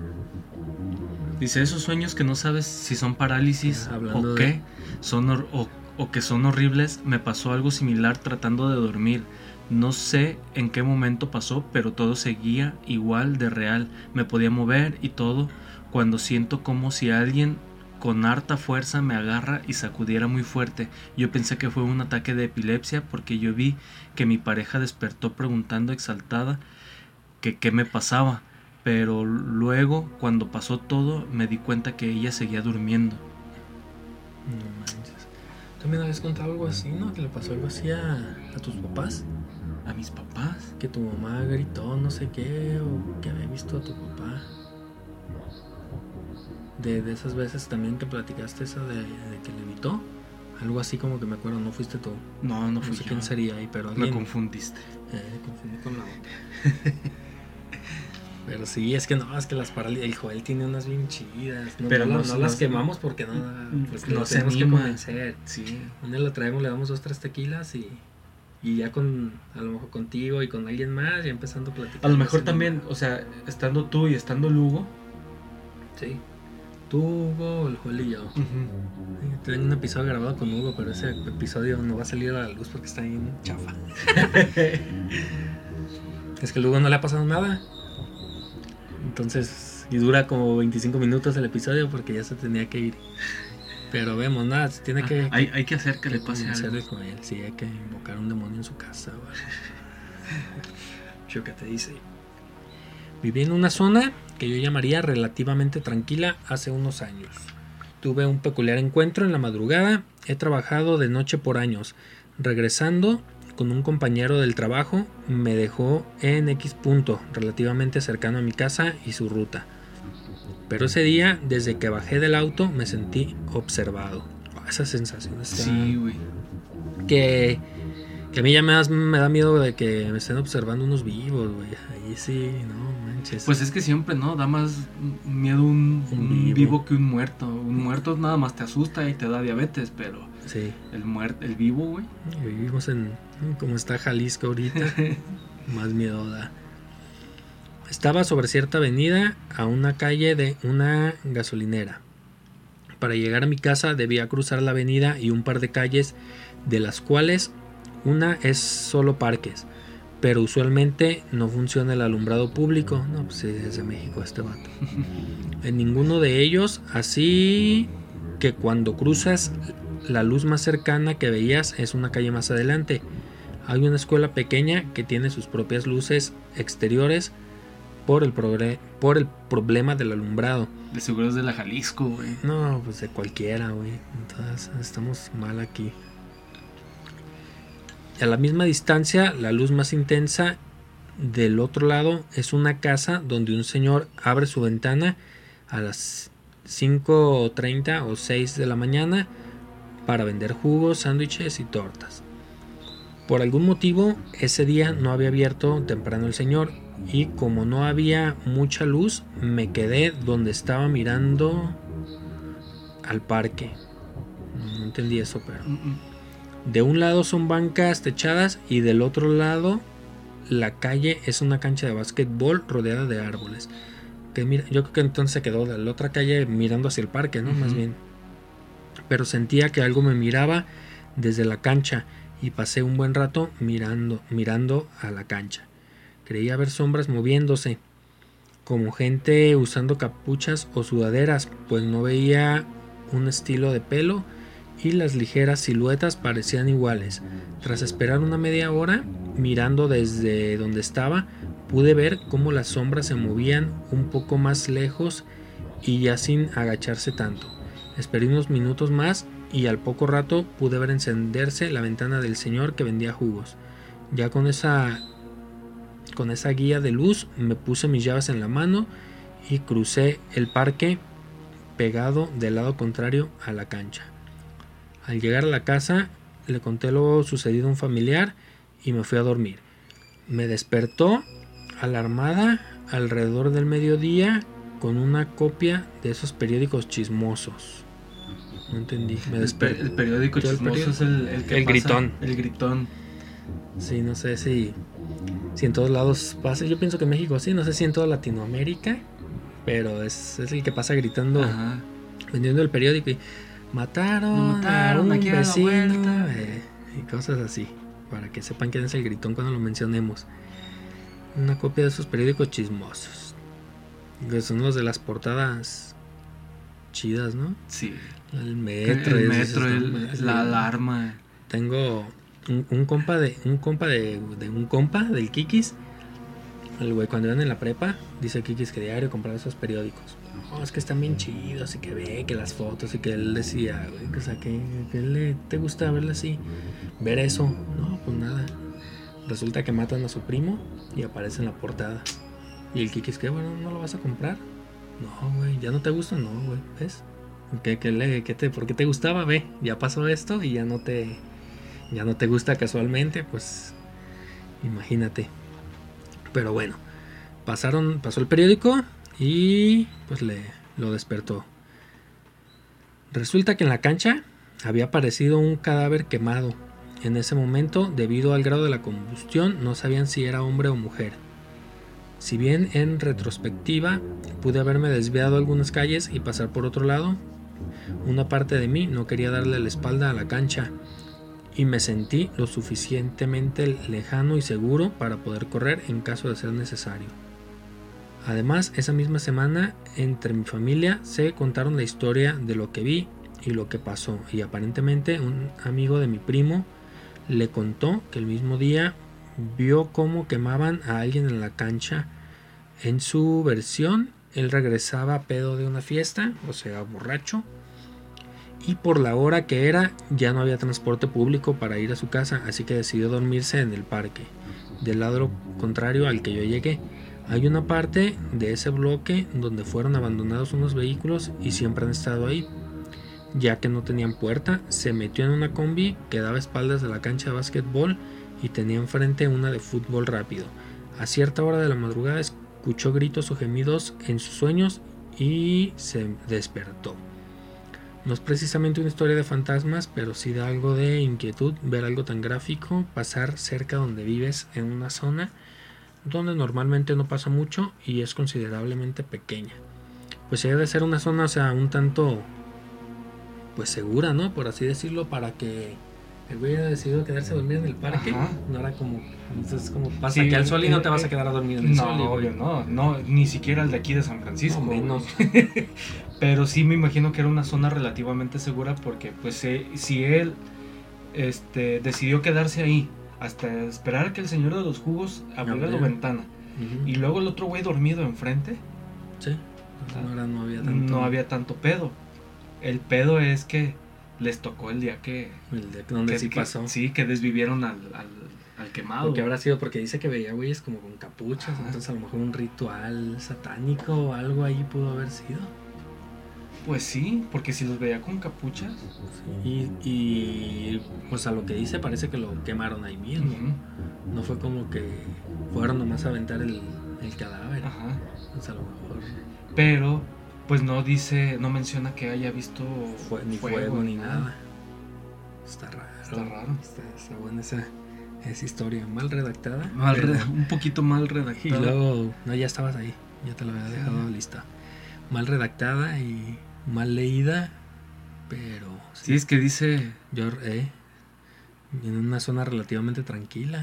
[SPEAKER 3] Dice, esos sueños que no sabes si son parálisis
[SPEAKER 4] Ah, hablando
[SPEAKER 3] o
[SPEAKER 4] de-
[SPEAKER 3] qué, son hor- o, o que son horribles. Me pasó algo similar tratando de dormir. No sé en qué momento pasó, pero todo seguía igual de real. Me podía mover y todo, cuando siento como si alguien con harta fuerza me agarra y sacudiera muy fuerte. Yo pensé que fue un ataque de epilepsia porque yo vi que mi pareja despertó preguntando exaltada que qué me pasaba. Pero luego, cuando pasó todo, me di cuenta que ella seguía durmiendo.
[SPEAKER 4] No manches. ¿Tú me habías contado algo así, no? ¿Que le pasó algo así a, a tus papás?
[SPEAKER 3] ¿A mis papás?
[SPEAKER 4] Que tu mamá gritó no sé qué, o que había visto a tu papá. De, de esas veces también que platicaste esa de, de que le gritó. Algo así como que me acuerdo, no fuiste tú.
[SPEAKER 3] No, no
[SPEAKER 4] No
[SPEAKER 3] fui
[SPEAKER 4] sé
[SPEAKER 3] yo.
[SPEAKER 4] quién sería ahí, pero
[SPEAKER 3] Me
[SPEAKER 4] alguien.
[SPEAKER 3] confundiste.
[SPEAKER 4] Eh, confundí con la otra. Pero sí, es que no, es que las parálisis, el Joel tiene unas bien chidas. No,
[SPEAKER 3] Pero
[SPEAKER 4] no,
[SPEAKER 3] no,
[SPEAKER 4] no
[SPEAKER 3] no
[SPEAKER 4] las
[SPEAKER 3] no,
[SPEAKER 4] quemamos porque no, porque
[SPEAKER 3] no
[SPEAKER 4] no
[SPEAKER 3] se
[SPEAKER 4] tenemos que
[SPEAKER 3] anima.
[SPEAKER 4] convencer.
[SPEAKER 3] Sí.
[SPEAKER 4] Un día lo traemos, le damos dos, tres tequilas y, y ya con, a lo mejor contigo y con alguien más, ya empezando a platicar.
[SPEAKER 3] A lo mejor
[SPEAKER 4] así,
[SPEAKER 3] también,
[SPEAKER 4] ¿no?
[SPEAKER 3] o sea, estando tú y estando Lugo.
[SPEAKER 4] Sí. Tú, Hugo, el Joel y yo.
[SPEAKER 3] Uh-huh.
[SPEAKER 4] Sí, tengo un episodio grabado con Hugo, pero ese episodio no va a salir a la luz porque está bien chafa. Es que a Hugo no le ha pasado nada. Entonces, y dura como veinticinco minutos el episodio porque ya se tenía que ir. Pero vemos, nada, se tiene que...
[SPEAKER 3] hay, hay que hacer que le pase algo.
[SPEAKER 4] convencerle con él, sí, hay que invocar un demonio en su casa. Yo que te dice. Viví en una zona que yo llamaría relativamente tranquila hace unos años. Tuve un peculiar encuentro en la madrugada. He trabajado de noche por años. Regresando con un compañero del trabajo, me dejó en X punto, relativamente cercano a mi casa y su ruta. Pero ese día, desde que bajé del auto, me sentí observado. Oh, esa sensación está...
[SPEAKER 3] Sí, güey.
[SPEAKER 4] Que, que a mí ya me da, me da miedo de que me estén observando unos vivos, güey. Ahí sí, no manches.
[SPEAKER 3] Pues es que siempre, ¿no? Da más miedo un,
[SPEAKER 4] Un
[SPEAKER 3] un
[SPEAKER 4] vivo.
[SPEAKER 3] vivo. que un muerto. Un muerto nada más te asusta y te da diabetes, pero
[SPEAKER 4] Sí,
[SPEAKER 3] el muerto, el vivo, güey.
[SPEAKER 4] vivimos en... como está Jalisco ahorita, más miedo da. Estaba sobre cierta avenida a una calle de una gasolinera. Para llegar a mi casa debía cruzar la avenida y un par de calles, de las cuales una es solo parques, pero usualmente no funciona el alumbrado público. No, pues sí, es de México este vato. En ninguno de ellos, así que cuando cruzas, la luz más cercana que veías es una calle más adelante. Hay una escuela pequeña que tiene sus propias luces exteriores por el, progre- por el problema del alumbrado.
[SPEAKER 3] De seguro es de la Jalisco, güey.
[SPEAKER 4] No, pues de cualquiera, güey. Entonces estamos mal aquí. A la misma distancia, la luz más intensa del otro lado es una casa donde un señor abre su ventana a las cinco treinta o seis de la mañana para vender jugos, sándwiches y tortas. Por algún motivo, ese día no había abierto temprano el señor y como no había mucha luz, me quedé donde estaba mirando al parque. No entendí eso, pero... De un lado son bancas techadas y del otro lado la calle es una cancha de básquetbol rodeada de árboles. Que mira, yo creo que entonces se quedó de la otra calle mirando hacia el parque, ¿no? Uh-huh. Más bien. Pero sentía que algo me miraba desde la cancha y pasé un buen rato mirando, mirando a la cancha. Creía ver sombras moviéndose, como gente usando capuchas o sudaderas, pues no veía un estilo de pelo y las ligeras siluetas parecían iguales. Tras esperar una media hora, mirando desde donde estaba, pude ver cómo las sombras se movían un poco más lejos y ya sin agacharse tanto. Esperé unos minutos más y al poco rato pude ver encenderse la ventana del señor que vendía jugos. Ya con esa, con esa guía de luz me puse mis llaves en la mano y crucé el parque pegado del lado contrario a la cancha. Al llegar a la casa le conté lo sucedido a un familiar y me fui a dormir. Me despertó alarmada alrededor del mediodía con una copia de esos periódicos chismosos. No entendí. Me desperté.
[SPEAKER 3] El periódico chismoso el periódico? Es el, el que
[SPEAKER 4] el
[SPEAKER 3] pasa,
[SPEAKER 4] gritón.
[SPEAKER 3] El gritón.
[SPEAKER 4] Sí, no sé si, si en todos lados pasa. Yo pienso que en México sí, no sé si en toda Latinoamérica, pero es, es el que pasa gritando, ajá, vendiendo el periódico y mataron, mataron a un vecino, eh, y cosas así, para que sepan quién es el gritón cuando lo mencionemos. Una copia de esos periódicos chismosos, que son los de las portadas chidas, ¿no?
[SPEAKER 3] Sí.
[SPEAKER 4] El metro,
[SPEAKER 3] el, metro el, el, la alarma.
[SPEAKER 4] Tengo un, un compa de un compa de, de un compa del Kikis. El güey cuando iban en la prepa, dice Kikis que diario compraba esos periódicos. Oh, es que están bien chidos y que ve que las fotos y que él decía, güey, o sea, que, que le te gusta verlo así, ver eso. No, pues nada. Resulta que matan a su primo y aparece en la portada. Y el Kikis, ¿qué? Bueno, ¿no lo vas a comprar? No, güey, ¿ya no te gusta? No, güey, ¿ves? ¿Qué, qué le, qué te, ¿Por qué te gustaba? Ve, ya pasó esto y ya no te, ya no te gusta casualmente, pues imagínate. Pero bueno, Pasaron, pasó el periódico y pues le lo despertó. Resulta que en la cancha había aparecido un cadáver quemado. En ese momento, debido al grado de la combustión, no sabían si era hombre o mujer. Si bien en retrospectiva pude haberme desviado algunas calles y pasar por otro lado, una parte de mí no quería darle la espalda a la cancha y me sentí lo suficientemente lejano y seguro para poder correr en caso de ser necesario. Además, esa misma semana, entre mi familia se contaron la historia de lo que vi y lo que pasó, y aparentemente un amigo de mi primo le contó que el mismo día vio cómo quemaban a alguien en la cancha. En su versión, él regresaba a pedo de una fiesta, o sea, borracho, y por la hora que era ya no había transporte público para ir a su casa, así que decidió dormirse en el parque, del lado contrario al que yo llegué. Hay una parte de ese bloque donde fueron abandonados unos vehículos y siempre han estado ahí. Ya que no tenían puerta, se metió en una combi que daba espaldas de la cancha de básquetbol y tenía enfrente una de fútbol rápido. A cierta hora de la madrugada escuchó gritos o gemidos en sus sueños y se despertó. No es precisamente una historia de fantasmas, pero sí da algo de inquietud ver algo tan gráfico pasar cerca donde vives, en una zona donde normalmente no pasa mucho y es considerablemente pequeña. Pues debe de ser una zona, o sea, un tanto pues segura, ¿no? Por así decirlo, para que el güey haya decidido quedarse a dormir en el parque. Ajá. No era como, entonces como pasa sí, que al sol y no te vas a quedar a dormir en el
[SPEAKER 3] no,
[SPEAKER 4] sol.
[SPEAKER 3] No, obvio, no, no, ni siquiera el de aquí de San Francisco. No, menos. Pero sí me imagino que era una zona relativamente segura porque pues eh, si él este, decidió quedarse ahí hasta esperar a que el señor de los jugos abriera la ventana uh-huh. y luego el otro güey dormido enfrente.
[SPEAKER 4] Sí,
[SPEAKER 3] no, era, no, había tanto... no había tanto pedo. El pedo es que les tocó el día que...
[SPEAKER 4] El día donde
[SPEAKER 3] que,
[SPEAKER 4] sí pasó.
[SPEAKER 3] Que, sí, que desvivieron al, al, al quemado.
[SPEAKER 4] Porque habrá sido porque dice que veía güeyes como con capuchas, ajá. Entonces a lo mejor un ritual satánico o algo ahí pudo haber sido.
[SPEAKER 3] Pues sí, porque si los veía con capuchas.
[SPEAKER 4] Sí. Y, y pues a lo que dice parece que lo quemaron ahí mismo. Uh-huh. No fue como que fueron nomás a aventar el, el cadáver.
[SPEAKER 3] Ajá.
[SPEAKER 4] Pues a lo mejor...
[SPEAKER 3] Pero... pues no dice, no menciona que haya visto
[SPEAKER 4] Fue, ni fuego, fuego ni nada. nada. Está raro.
[SPEAKER 3] Está raro.
[SPEAKER 4] Está, está buena esa, esa historia. Mal redactada.
[SPEAKER 3] Mal red, un poquito mal redactada.
[SPEAKER 4] Y luego, no, ya estabas ahí. Ya te lo había dejado sí. lista. Mal redactada y mal leída. Pero...
[SPEAKER 3] Sí, sí es que dice...
[SPEAKER 4] Yo, eh, en una zona relativamente tranquila.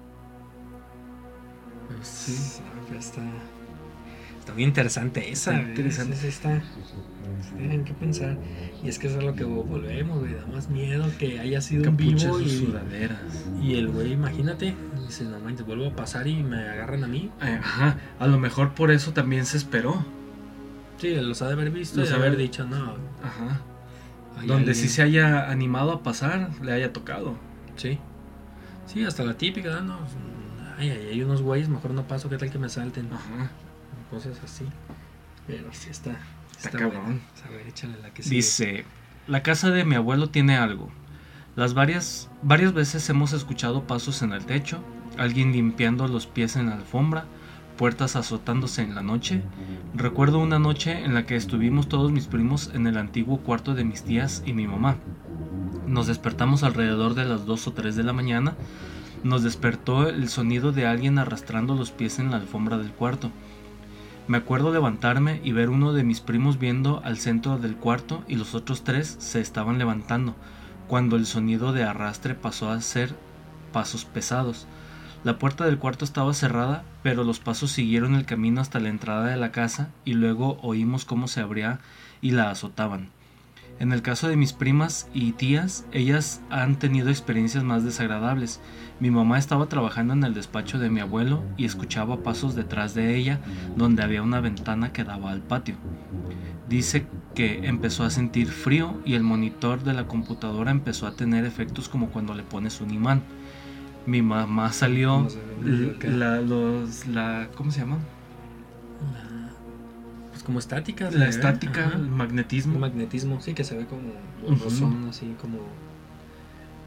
[SPEAKER 4] Pues, sí. sí está... Está muy interesante esa,
[SPEAKER 3] está interesante.
[SPEAKER 4] Es, es, está, tienen que pensar. Y es que eso es a lo que volvemos, güey. Da más miedo que haya sido
[SPEAKER 3] Capuchas
[SPEAKER 4] un vivo y
[SPEAKER 3] sudaderas.
[SPEAKER 4] Y el güey, imagínate, dice, no manches, vuelvo a pasar y me agarran a mí.
[SPEAKER 3] Ajá, a lo mejor por eso también se esperó.
[SPEAKER 4] Sí, los ha de haber visto los y de haber dicho, no.
[SPEAKER 3] Ajá. Donde alguien... sí se haya animado a pasar, le haya tocado.
[SPEAKER 4] Sí. Sí, hasta la típica, ¿no? Ay, ay, hay unos güeyes, mejor no paso, ¿qué tal que me salten?
[SPEAKER 3] Ajá.
[SPEAKER 4] Cosas así. Pero sí está.
[SPEAKER 3] Está, está cabrón.
[SPEAKER 4] A ver, échale la que sigue.
[SPEAKER 3] Dice: la casa de mi abuelo tiene algo. Las varias, varias veces hemos escuchado pasos en el techo, alguien limpiando los pies en la alfombra, puertas azotándose en la noche. Recuerdo una noche en la que estuvimos todos mis primos en el antiguo cuarto de mis tías y mi mamá. Nos despertamos alrededor de las dos o tres de la mañana. Nos despertó el sonido de alguien arrastrando los pies en la alfombra del cuarto. Me acuerdo levantarme y ver uno de mis primos viendo al centro del cuarto y los otros tres se estaban levantando, cuando el sonido de arrastre pasó a ser pasos pesados. La puerta del cuarto estaba cerrada, pero los pasos siguieron el camino hasta la entrada de la casa y luego oímos cómo se abría y la azotaban. En el caso de mis primas y tías, ellas han tenido experiencias más desagradables. Mi mamá estaba trabajando en el despacho de mi abuelo y escuchaba pasos detrás de ella, donde había una ventana que daba al patio. Dice que empezó a sentir frío y el monitor de la computadora empezó a tener efectos como cuando le pones un imán. Mi mamá salió, la, los, la, ¿cómo se llama?
[SPEAKER 4] La, pues como estática.
[SPEAKER 3] La estática, ajá. El magnetismo.
[SPEAKER 4] El magnetismo, sí, que se ve como borrosón, uh-huh. Así como...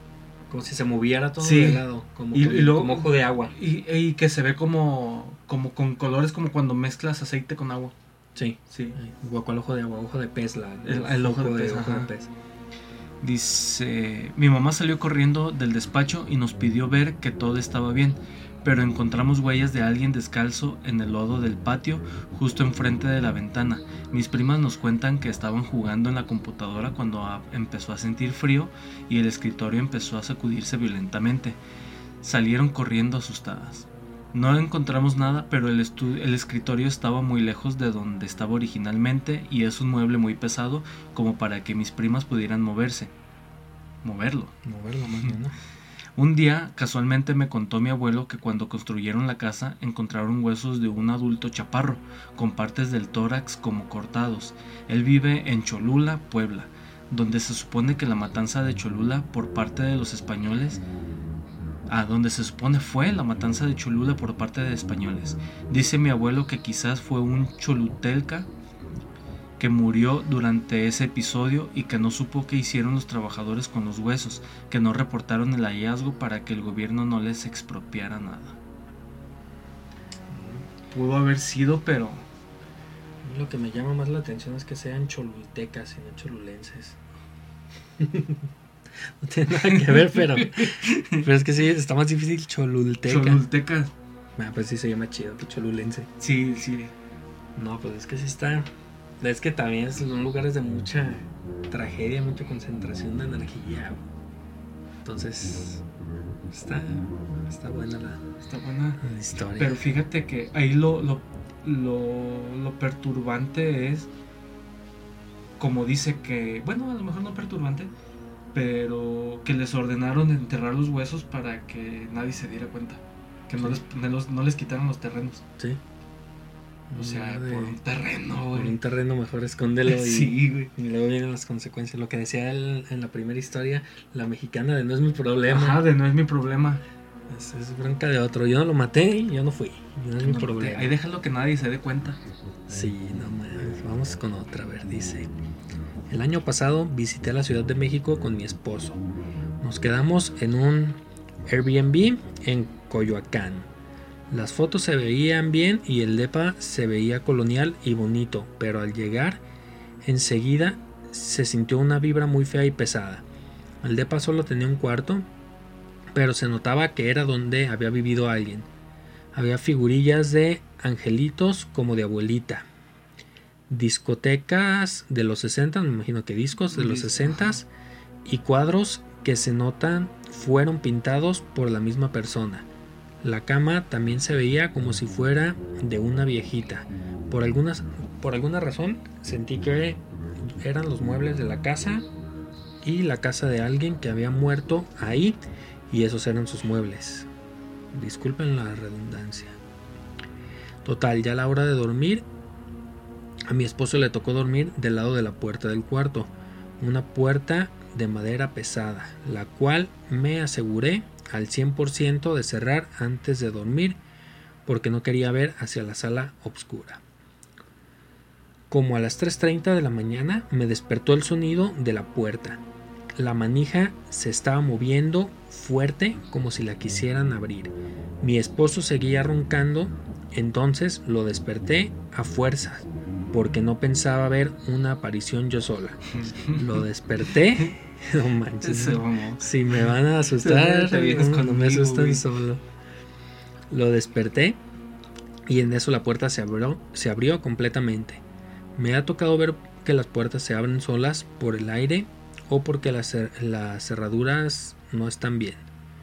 [SPEAKER 4] Como si se moviera todo
[SPEAKER 3] Sí.
[SPEAKER 4] de lado, como,
[SPEAKER 3] Y-
[SPEAKER 4] con-
[SPEAKER 3] y luego-
[SPEAKER 4] como ojo de agua.
[SPEAKER 3] Y, y que se ve como, como con colores como cuando mezclas aceite con agua.
[SPEAKER 4] Sí.
[SPEAKER 3] Sí.
[SPEAKER 4] Igual cual ojo de agua, ojo de pez. La,
[SPEAKER 3] El- el ojo de pez,
[SPEAKER 4] ojo de
[SPEAKER 3] ajá.
[SPEAKER 4] pez.
[SPEAKER 3] Dice, mi mamá salió corriendo del despacho y nos pidió ver que todo estaba bien, pero encontramos huellas de alguien descalzo en el lodo del patio justo enfrente de la ventana. Mis primas nos cuentan que estaban jugando en la computadora cuando a- empezó a sentir frío y el escritorio empezó a sacudirse violentamente. Salieron corriendo asustadas. No encontramos nada, pero el, estu- el escritorio estaba muy lejos de donde estaba originalmente y es un mueble muy pesado como para que mis primas pudieran moverse. Moverlo.
[SPEAKER 4] Moverlo más bien, ¿no?
[SPEAKER 3] Un día, casualmente me contó mi abuelo que cuando construyeron la casa encontraron huesos de un adulto chaparro, con partes del tórax como cortados. Él vive en Cholula, Puebla, donde se supone que la matanza de Cholula por parte de los españoles... Ah, donde se supone fue la matanza de Cholula por parte de españoles. Dice mi abuelo que quizás fue un cholutelca que murió durante ese episodio y que no supo qué hicieron los trabajadores con los huesos, que no reportaron el hallazgo para que el gobierno no les expropiara nada. Pudo haber sido, pero...
[SPEAKER 4] Lo que me llama más la atención es que sean cholultecas y no cholulenses. No tiene nada que ver, pero, pero es que sí, está más difícil cholulteca.
[SPEAKER 3] Cholulteca.
[SPEAKER 4] Ah, pues sí se llama chido que cholulense.
[SPEAKER 3] Sí, sí.
[SPEAKER 4] No, pues es que sí está. Es que también son lugares de mucha tragedia, mucha concentración de energía. Entonces, está, está buena la,
[SPEAKER 3] Está buena.
[SPEAKER 4] la historia.
[SPEAKER 3] Pero fíjate que ahí lo, lo, lo, lo perturbante es, como dice que, bueno, a lo mejor no perturbante, pero que les ordenaron enterrar los huesos para que nadie se diera cuenta, que no,
[SPEAKER 4] Sí.
[SPEAKER 3] les, no, los, no les quitaran los terrenos.
[SPEAKER 4] Sí.
[SPEAKER 3] O sea,
[SPEAKER 4] De-
[SPEAKER 3] por un terreno,
[SPEAKER 4] por
[SPEAKER 3] güey.
[SPEAKER 4] un terreno mejor escóndelo y,
[SPEAKER 3] Sí, güey.
[SPEAKER 4] y luego vienen las consecuencias. Lo que decía él en la primera historia, la mexicana de no es mi problema.
[SPEAKER 3] Ajá, de no es mi problema.
[SPEAKER 4] Es, es bronca de otro. Yo no lo maté, yo no fui. No es mi
[SPEAKER 3] No,
[SPEAKER 4] problema.
[SPEAKER 3] ahí déjalo que nadie se dé cuenta.
[SPEAKER 4] Sí, no mames. Vamos con otra. A ver, dice: el año pasado visité la Ciudad de México con mi esposo. Nos quedamos en un Airbnb en Coyoacán. Las fotos se veían bien y el depa se veía colonial y bonito, pero al llegar enseguida se sintió una vibra muy fea y pesada. El depa solo tenía un cuarto, pero se notaba que era donde había vivido alguien. Había figurillas de angelitos como de abuelita. Discotecas de los sesenta, me imagino que discos de los
[SPEAKER 3] Discos,
[SPEAKER 4] sesenta, y cuadros que se notan fueron pintados por la misma persona. La cama también se veía como si fuera de una viejita. Por, algunas, por alguna razón sentí que eran los muebles de la casa y la casa de alguien que había muerto ahí, y esos eran sus muebles. Disculpen la redundancia. Total, ya a la hora de dormir, a mi esposo le tocó dormir del lado de la puerta del cuarto, una puerta de madera pesada, la cual me aseguré al cien por ciento de cerrar antes de dormir porque no quería ver hacia la sala oscura. Como a las tres treinta de la mañana me despertó el sonido de la puerta. La manija se estaba moviendo fuerte como si la quisieran abrir. Mi esposo seguía roncando, entonces lo desperté a fuerzas porque no pensaba ver una aparición yo sola. Lo desperté. No manches.
[SPEAKER 3] Se mamó.
[SPEAKER 4] Si me van a asustar,
[SPEAKER 3] Te vienes
[SPEAKER 4] no, no me
[SPEAKER 3] conmigo,
[SPEAKER 4] asustan
[SPEAKER 3] güey.
[SPEAKER 4] solo. Lo desperté y en eso la puerta se abrió, se abrió completamente. Me ha tocado ver que las puertas se abren solas por el aire o porque las, cer- las cerraduras no están bien.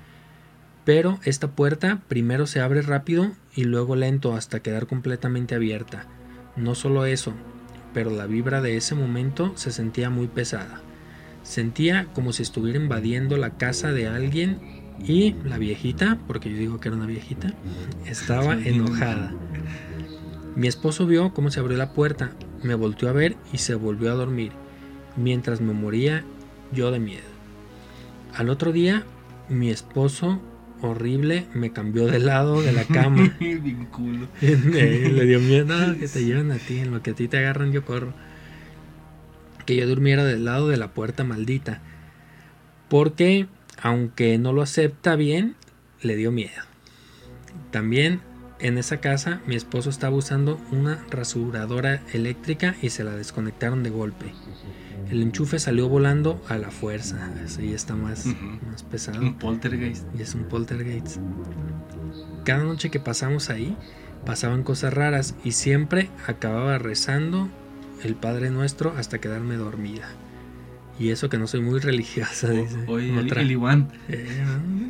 [SPEAKER 4] Pero esta puerta primero se abre rápido y luego lento hasta quedar completamente abierta. No solo eso, pero la vibra de ese momento se sentía muy pesada. Sentía como si estuviera invadiendo la casa de alguien y la viejita, porque yo digo que era una viejita, estaba enojada. Mi esposo vio cómo se abrió la puerta, me volteó a ver y se volvió a dormir, mientras me moría yo de miedo. Al otro día, mi esposo, horrible, me cambió de lado de la cama.
[SPEAKER 3] Bien culo.
[SPEAKER 4] Le dio miedo, no, que te llevan a ti, en lo que a ti te agarran yo corro. Que yo durmiera del lado de la puerta maldita, porque aunque no lo acepta bien, le dio miedo. También en esa casa mi esposo estaba usando una rasuradora eléctrica y se la desconectaron de golpe. El enchufe salió volando a la fuerza. Así está más, uh-huh. más pesado.
[SPEAKER 3] Un poltergeist.
[SPEAKER 4] Y es un poltergeist. Cada noche que pasamos ahí pasaban cosas raras y siempre acababa rezando el Padre Nuestro hasta quedarme dormida. Y eso que no soy muy religiosa, dice.
[SPEAKER 3] Oye, el, el Iván.
[SPEAKER 4] Eh,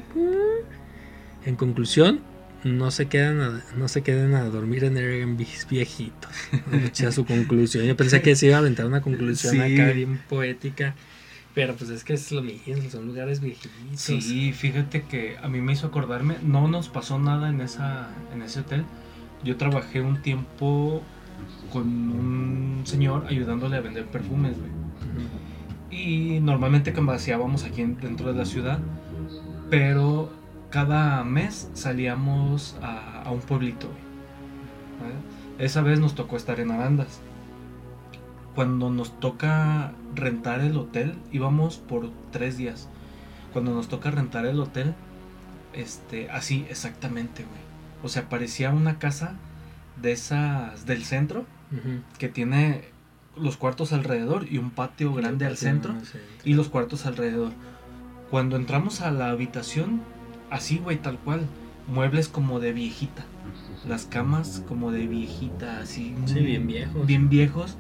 [SPEAKER 4] en conclusión, no se quedan a, no se queden a dormir en Airbnb viejitos. Escuché su conclusión. Yo pensé que se iba a aventar una conclusión sí. acá bien poética. Pero pues es que es lo mismo, son lugares viejitos.
[SPEAKER 3] Sí, fíjate que a mí me hizo acordarme, no nos pasó nada en esa en ese hotel. Yo trabajé un tiempo con un señor ayudándole a vender perfumes, güey. Uh-huh. Y normalmente vaciábamos aquí dentro de la ciudad, pero cada mes salíamos a, a un pueblito, güey. ¿Vale? Esa vez nos tocó estar en Arandas. Cuando nos toca rentar el hotel, íbamos por tres días. Cuando nos toca rentar el hotel, este, así exactamente, güey. O sea, parecía una casa de esas del centro, uh-huh. que tiene los cuartos alrededor y un patio grande al centro, centro y los cuartos alrededor. Cuando entramos a la habitación, así, güey, tal cual, muebles como de viejita, las camas como de viejita, así,
[SPEAKER 4] sí, bien viejos,
[SPEAKER 3] bien viejos.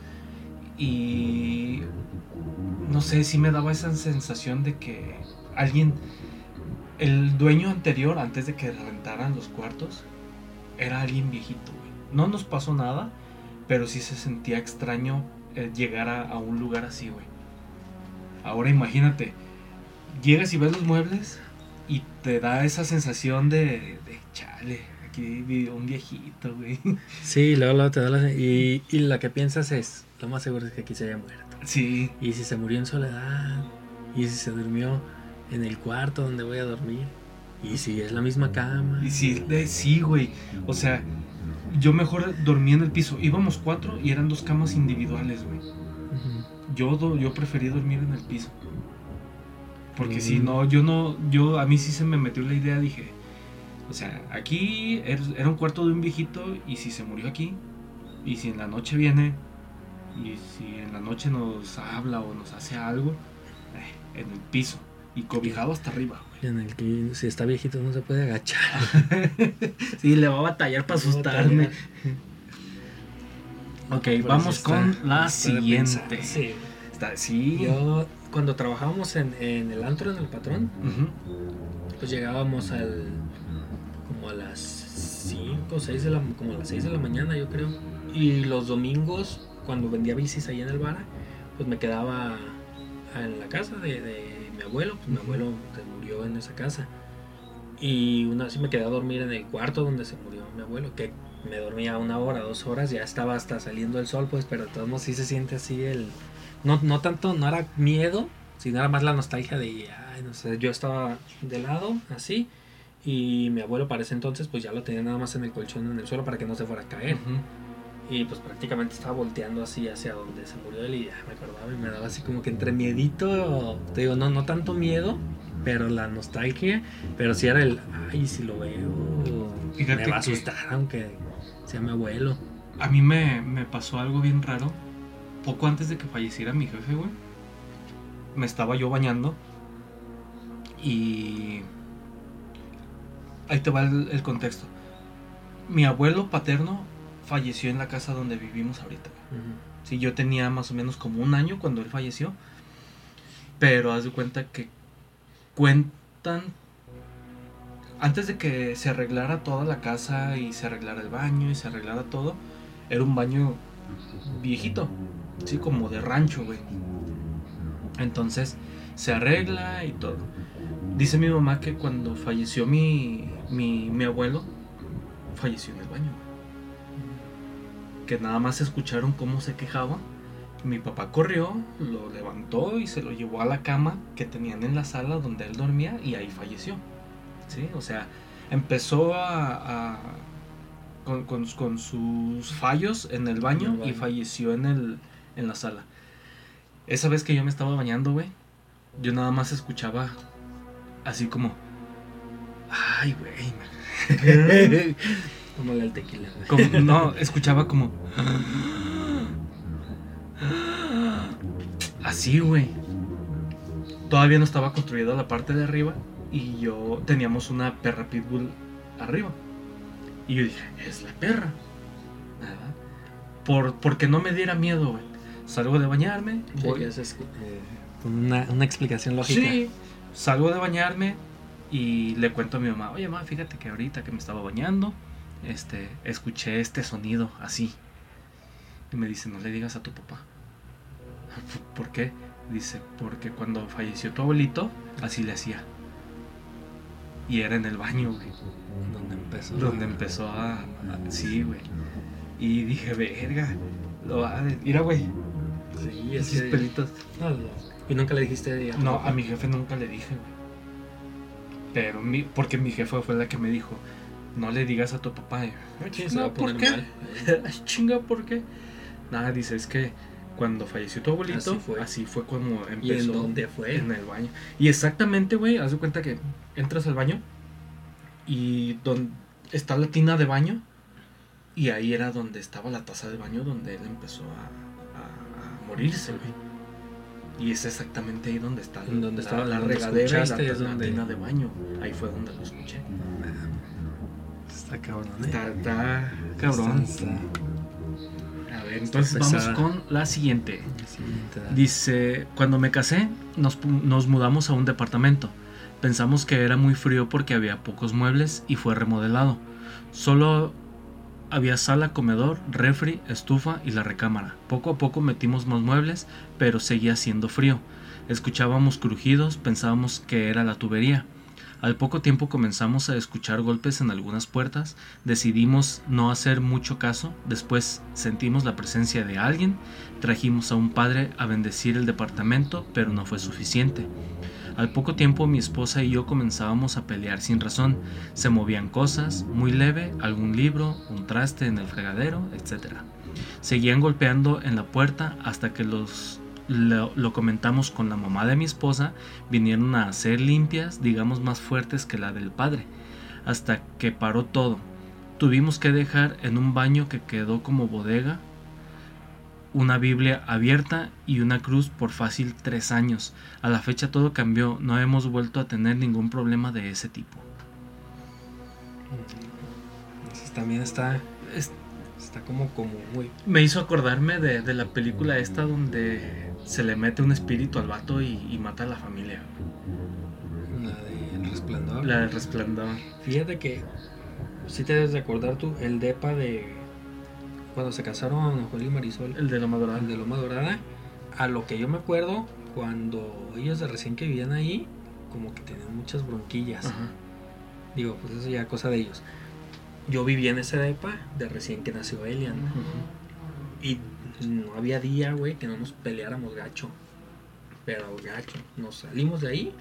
[SPEAKER 3] Y no sé, sí me daba esa sensación de que alguien, el dueño anterior, antes de que rentaran los cuartos, era alguien viejito, güey. No nos pasó nada, pero sí se sentía extraño eh, llegar a, a un lugar así, güey. Ahora imagínate, llegas y ves los muebles y te da esa sensación de, de chale, aquí vivió un viejito, güey.
[SPEAKER 4] Sí, luego, luego te da la... Y, y la que piensas es, lo más seguro es que aquí se haya muerto.
[SPEAKER 3] Sí.
[SPEAKER 4] Y si se murió en soledad, y si se durmió en el cuarto donde voy a dormir, y si es la misma cama.
[SPEAKER 3] Y si, de, sí, güey. O sea, yo mejor dormí en el piso. Íbamos cuatro y eran dos camas individuales, güey. Uh-huh. Yo, do, yo preferí dormir en el piso. Porque uh-huh. si no, yo no, yo, a mí sí se me metió la idea, dije, o sea, aquí era un cuarto de un viejito y si se murió aquí, y si en la noche viene, y si en la noche nos habla o nos hace algo, eh, en el piso y cobijado hasta arriba, güey.
[SPEAKER 4] En el que si está viejito no se puede agachar.
[SPEAKER 3] Sí, le va a batallar para asustarme. Ok, pues vamos está, con la siguiente.
[SPEAKER 4] Sí.
[SPEAKER 3] Está, sí.
[SPEAKER 4] Yo, cuando trabajábamos en, en el antro, en el Patrón, uh-huh. pues llegábamos al como a las cinco, seis de la, como a las seis de la mañana, yo creo. Y los domingos, cuando vendía bicis ahí en el Vara, pues me quedaba en la casa de, de mi abuelo. Pues uh-huh. mi abuelo se murió en esa casa. Y una vez me quedé a dormir en el cuarto donde se murió mi abuelo, que me dormía una hora, dos horas, ya estaba hasta saliendo el sol, pues, pero de todos modos sí se siente así el... No, no tanto, no era miedo, sino era más la nostalgia de, ay, no sé, yo estaba de lado, así, y mi abuelo para ese entonces, pues ya lo tenía nada más en el colchón en el suelo para que no se fuera a caer. Uh-huh. Y pues prácticamente estaba volteando así hacia donde se murió él y ya me acordaba y me daba así como que entre miedito, te digo, no, no tanto miedo, pero la nostalgia, pero sí era el, ay, si lo veo, Fíjate me va a asustar, aunque sea mi abuelo.
[SPEAKER 3] A mí me, me pasó algo bien raro. Poco antes de que falleciera mi jefe, güey, me estaba yo bañando y ahí te va el, el contexto. Mi abuelo paterno falleció en la casa donde vivimos ahorita. Uh-huh. Sí, yo tenía más o menos como un año cuando él falleció, pero haz de cuenta que cuentan antes de que se arreglara toda la casa y se arreglara el baño y se arreglara todo, era un baño viejito, sí, como de rancho, güey. Entonces se arregla y todo. Dice mi mamá que cuando falleció mi, mi, mi abuelo, falleció en el baño, güey. Que nada más escucharon cómo se quejaba. Mi papá corrió, lo levantó y se lo llevó a la cama que tenían en la sala donde él dormía y ahí falleció. Sí, o sea, empezó a, a con, con, con sus fallos en el baño, en el baño y falleció en el en la sala. Esa vez que yo me estaba bañando, güey, yo nada más escuchaba así como, ay, güey.
[SPEAKER 4] Como el tequila.
[SPEAKER 3] Como, no, escuchaba como, así, güey. Todavía no estaba construida la parte de arriba y yo teníamos una perra pitbull arriba. Y yo dije, es la perra. ¿Verdad? Por, porque no me diera miedo, güey. Salgo de bañarme.
[SPEAKER 4] Sí,
[SPEAKER 3] voy,
[SPEAKER 4] es, es, eh, una, una explicación lógica.
[SPEAKER 3] Sí, salgo de bañarme y le cuento a mi mamá, oye, mamá, fíjate que ahorita que me estaba bañando, este, escuché este sonido así. Y me dice, no le digas a tu papá. ¿Por qué? Dice, porque cuando falleció tu abuelito, así le hacía. Y era en el baño, güey.
[SPEAKER 4] Donde empezó.
[SPEAKER 3] Donde empezó a... a sí, güey. Y dije, verga. Lo va a... Mira, güey.
[SPEAKER 4] Sí, es
[SPEAKER 3] Esos
[SPEAKER 4] que...
[SPEAKER 3] pelitos.
[SPEAKER 4] No, no. Y nunca le dijiste...
[SPEAKER 3] No, a mi jefe nunca le dije, güey. Pero mi... Porque mi jefe fue la que me dijo, no le digas a tu papá. Y,
[SPEAKER 4] Sí, se va a
[SPEAKER 3] ¿por
[SPEAKER 4] poner
[SPEAKER 3] qué?
[SPEAKER 4] mal.
[SPEAKER 3] Ay, chinga, ¿por qué? Nada, dice, es que cuando falleció tu abuelito,
[SPEAKER 4] Así fue.
[SPEAKER 3] así fue como empezó.
[SPEAKER 4] ¿Y en dónde fue?
[SPEAKER 3] En el baño. Y exactamente, güey, haz de cuenta que entras al baño y donde está la tina de baño y ahí era donde estaba la taza de baño donde él empezó a, a, a morirse, güey. Y es exactamente ahí donde está
[SPEAKER 4] En donde
[SPEAKER 3] la,
[SPEAKER 4] estaba-
[SPEAKER 3] la
[SPEAKER 4] donde
[SPEAKER 3] regadera y la,
[SPEAKER 4] escuchaste es
[SPEAKER 3] la
[SPEAKER 4] donde-
[SPEAKER 3] tina de baño. Ahí fue donde lo escuché.
[SPEAKER 4] Está cabrón, ¿eh?
[SPEAKER 3] Está, está cabrón.
[SPEAKER 4] Está, está-
[SPEAKER 3] A ver, entonces
[SPEAKER 4] pesada.
[SPEAKER 3] vamos con la siguiente.
[SPEAKER 4] siguiente edad.
[SPEAKER 3] Dice, cuando me casé, nos, pu- nos mudamos a un departamento. Pensamos que era muy frío porque había pocos muebles y fue remodelado. Solo había sala, comedor, refri, estufa y la recámara. Poco a poco metimos más muebles, pero seguía siendo frío. Escuchábamos crujidos, pensábamos que era la tubería. Al poco tiempo comenzamos a escuchar golpes en algunas puertas, decidimos no hacer mucho caso, después sentimos la presencia de alguien, trajimos a un padre a bendecir el departamento, pero no fue suficiente. Al poco tiempo mi esposa y yo comenzábamos a pelear sin razón, se movían cosas, muy leve, algún libro, un traste en el fregadero, etcétera. Seguían golpeando en la puerta hasta que los Lo, lo comentamos con la mamá de mi esposa, vinieron a hacer limpias, digamos más fuertes que la del padre, hasta que paró todo. Tuvimos que dejar en un baño que quedó como bodega una Biblia abierta y una cruz por fácil tres años. A la fecha todo cambió, no hemos vuelto a tener ningún problema de ese tipo.
[SPEAKER 4] Entonces también está...
[SPEAKER 3] Es-
[SPEAKER 4] Está como, como muy...
[SPEAKER 3] me hizo acordarme de, de la película esta donde se le mete un espíritu al vato y, y mata a la familia.
[SPEAKER 4] La de El Resplandor.
[SPEAKER 3] La del Resplandor.
[SPEAKER 4] Fíjate que si te debes de acordar tú el depa de cuando se casaron Joel y Marisol,
[SPEAKER 3] El de Loma Dorada.
[SPEAKER 4] el de Loma Dorada. A lo que yo me acuerdo, cuando ellos de recién que vivían ahí, como que tenían muchas bronquillas.
[SPEAKER 3] Ajá.
[SPEAKER 4] Digo, pues eso ya cosa de ellos. Yo vivía en ese depa de recién que nació Elian.
[SPEAKER 3] Ujú.
[SPEAKER 4] Y no había día, güey, que no nos peleáramos gacho. Pero gacho. Nos salimos de ahí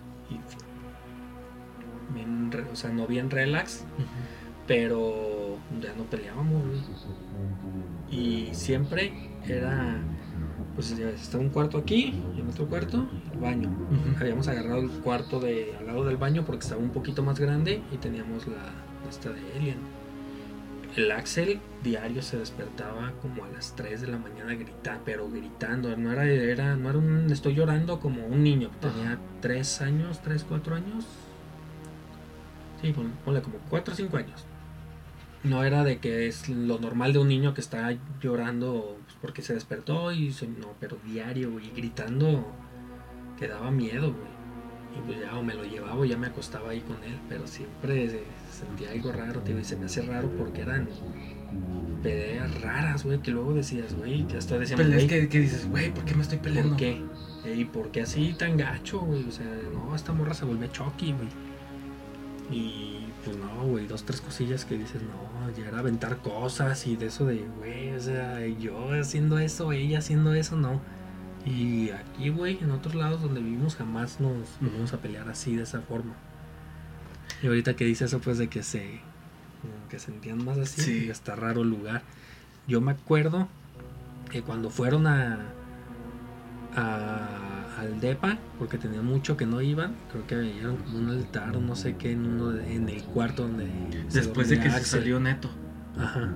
[SPEAKER 4] y bien, re- o sea, no bien relax, pero ya no peleábamos, güey. Y siempre era, pues ya estaba un cuarto aquí y en otro cuarto, el baño.
[SPEAKER 3] Ujú.
[SPEAKER 4] Habíamos agarrado el cuarto de al lado del baño porque estaba un poquito más grande y teníamos la esta de Elian. El Axel diario se despertaba como a las tres de la mañana gritando, pero gritando, no era, era, no era un, estoy llorando como un niño, tenía tres años, tres, cuatro años, sí, pon- ponle como cuatro o cinco años. No era de que es lo normal de un niño que está llorando pues, porque se despertó y se, no, pero diario, güey, gritando, que daba miedo, güey. Y pues ya o me lo llevaba o ya me acostaba ahí con él, pero siempre se- sentía algo raro, tío, y se me hace raro porque eran peleas raras, güey, que luego decías, güey, que hasta decíamos,
[SPEAKER 3] Peleas
[SPEAKER 4] güey,
[SPEAKER 3] que, que dices, güey, ¿por qué me estoy peleando?
[SPEAKER 4] ¿por qué? ¿Y por qué así tan gacho, güey? O sea, no, esta morra se vuelve Chucky, güey. Y pues no, güey, dos, tres cosillas que dices, no, llegar a aventar cosas y de eso de, güey, o sea, yo haciendo eso, ella haciendo eso, no. Y aquí, güey, en otros lados donde vivimos jamás nos volvimos a pelear así, de esa forma. Y ahorita que dice eso, pues de que se que sentían más así,
[SPEAKER 3] Sí.
[SPEAKER 4] está raro el lugar. Yo me acuerdo que cuando fueron a a, al depa, porque tenían mucho que no iban. Creo que veían como un altar o no sé qué en, uno de, en el cuarto donde...
[SPEAKER 3] Después de que Axel. se salió Neto.
[SPEAKER 4] Ajá.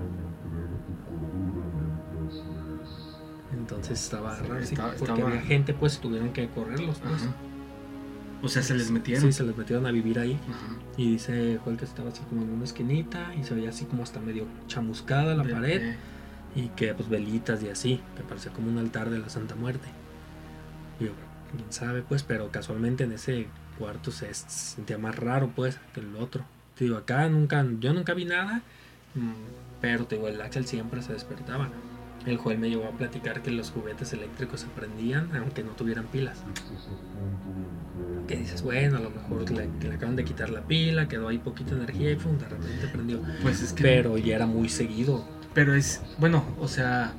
[SPEAKER 4] Entonces estaba raro, sí,
[SPEAKER 3] estaba,
[SPEAKER 4] porque
[SPEAKER 3] estaba...
[SPEAKER 4] había gente, pues tuvieron que correrlos, pues.
[SPEAKER 3] Ajá. O sea, se les metieron.
[SPEAKER 4] Sí, se les metieron a vivir ahí.
[SPEAKER 3] Ajá.
[SPEAKER 4] Y dice Joel que estaba así como en una esquinita y se veía así como hasta medio chamuscada la de, pared. Eh. Y que pues velitas y así, que parecía como un altar de la Santa Muerte. Y yo, quién sabe, pues, pero casualmente en ese cuarto se sentía más raro, pues, que el otro. Te digo, acá nunca, yo nunca vi nada, pero te digo, el Axel siempre se despertaba. El Joel me llegó a platicar que los juguetes eléctricos se prendían aunque no tuvieran pilas. Que dices, bueno, a lo mejor le, le acaban de quitar la pila, quedó ahí poquita energía y pum, de repente prendió.
[SPEAKER 3] Pues es que
[SPEAKER 4] pero ya era muy seguido.
[SPEAKER 3] Pero es, bueno, o sea,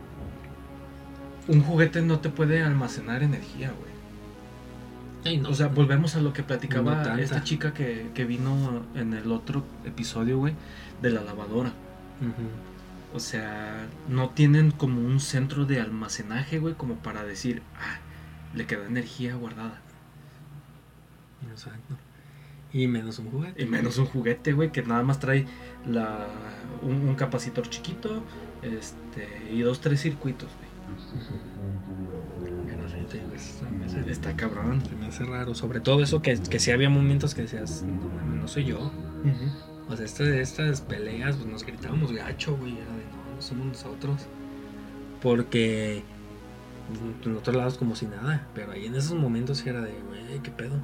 [SPEAKER 3] un juguete no te puede almacenar energía, güey.
[SPEAKER 4] Ay, no,
[SPEAKER 3] o sea, volvemos a lo que platicaba
[SPEAKER 4] no
[SPEAKER 3] esta chica que, que vino en el otro episodio, güey, de la lavadora.
[SPEAKER 4] Uh-huh.
[SPEAKER 3] O sea, no tienen como un centro de almacenaje, güey, como para decir, ah, le queda energía guardada.
[SPEAKER 4] Exacto. Y menos un juguete.
[SPEAKER 3] Y menos un juguete, güey, que nada más trae la un, un capacitor chiquito, este, y dos, tres circuitos, güey.
[SPEAKER 4] Uh-huh. Gente, pues,
[SPEAKER 3] hace, está cabrón.
[SPEAKER 4] Se me hace raro, sobre todo eso que, que sí había momentos que decías, no, no soy yo. Uh-huh. O sea, estas, estas peleas, pues nos gritábamos gacho, güey, era de no, no somos nosotros. Porque en otros lados como si nada, pero ahí en esos momentos era de, güey, qué pedo.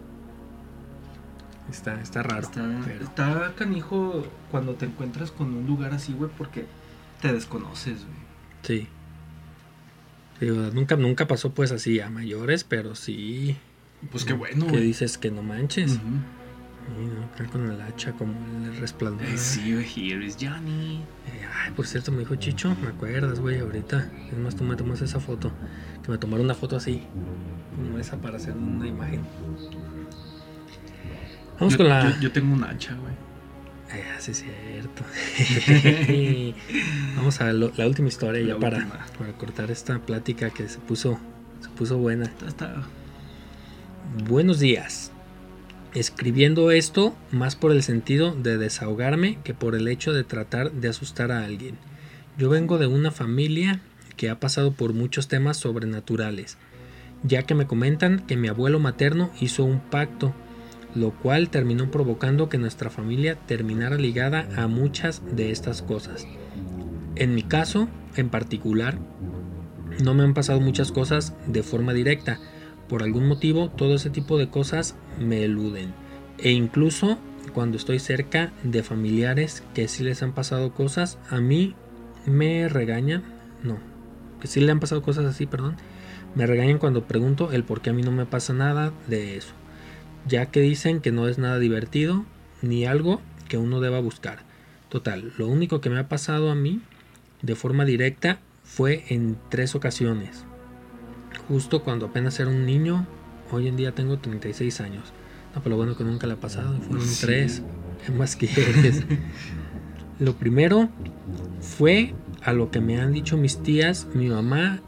[SPEAKER 4] Está, está raro.
[SPEAKER 3] Está,
[SPEAKER 4] pero...
[SPEAKER 3] está canijo cuando te encuentras con un lugar así, güey, porque te desconoces, güey.
[SPEAKER 4] Sí. Digo, nunca, nunca pasó pues así a mayores, pero sí.
[SPEAKER 3] Pues qué bueno,
[SPEAKER 4] que
[SPEAKER 3] güey.
[SPEAKER 4] dices que no manches.
[SPEAKER 3] Uh-huh.
[SPEAKER 4] Y no, acá con el hacha como el resplandor.
[SPEAKER 3] Eh, sí, güey, here is Johnny.
[SPEAKER 4] Eh, ay, por cierto, me dijo Chicho, ¿me acuerdas, güey? Ahorita, es más, tú me tomas esa foto. Que me tomaron una foto así, como esa para hacer una imagen. Vamos
[SPEAKER 3] yo,
[SPEAKER 4] con la...
[SPEAKER 3] Yo, yo tengo un hacha, güey.
[SPEAKER 4] Eh, sí, es cierto. Vamos a lo, la última historia la ya última. Para, para cortar esta plática que se puso, se puso buena.
[SPEAKER 3] Está, está.
[SPEAKER 4] Buenos días. Escribiendo esto más por el sentido de desahogarme que por el hecho de tratar de asustar a alguien. Yo vengo de una familia que ha pasado por muchos temas sobrenaturales, ya que me comentan que mi abuelo materno hizo un pacto, lo cual terminó provocando que nuestra familia terminara ligada a muchas de estas cosas. En mi caso, en particular, no me han pasado muchas cosas de forma directa. Por algún motivo, todo ese tipo de cosas me eluden. E incluso cuando estoy cerca de familiares que sí les han pasado cosas, a mí me regañan, no, que sí le han pasado cosas así, perdón, me regañan cuando pregunto el por qué a mí no me pasa nada de eso, ya que dicen que no es nada divertido ni algo que uno deba buscar. Total, lo único que me ha pasado a mí de forma directa fue en tres ocasiones. Justo cuando apenas era un niño, hoy en día tengo treinta y seis años. No, pero lo bueno que nunca le ha pasado, fueron sí. tres. ¿Qué más quieres? Lo primero fue a lo que me han dicho mis tías, mi mamá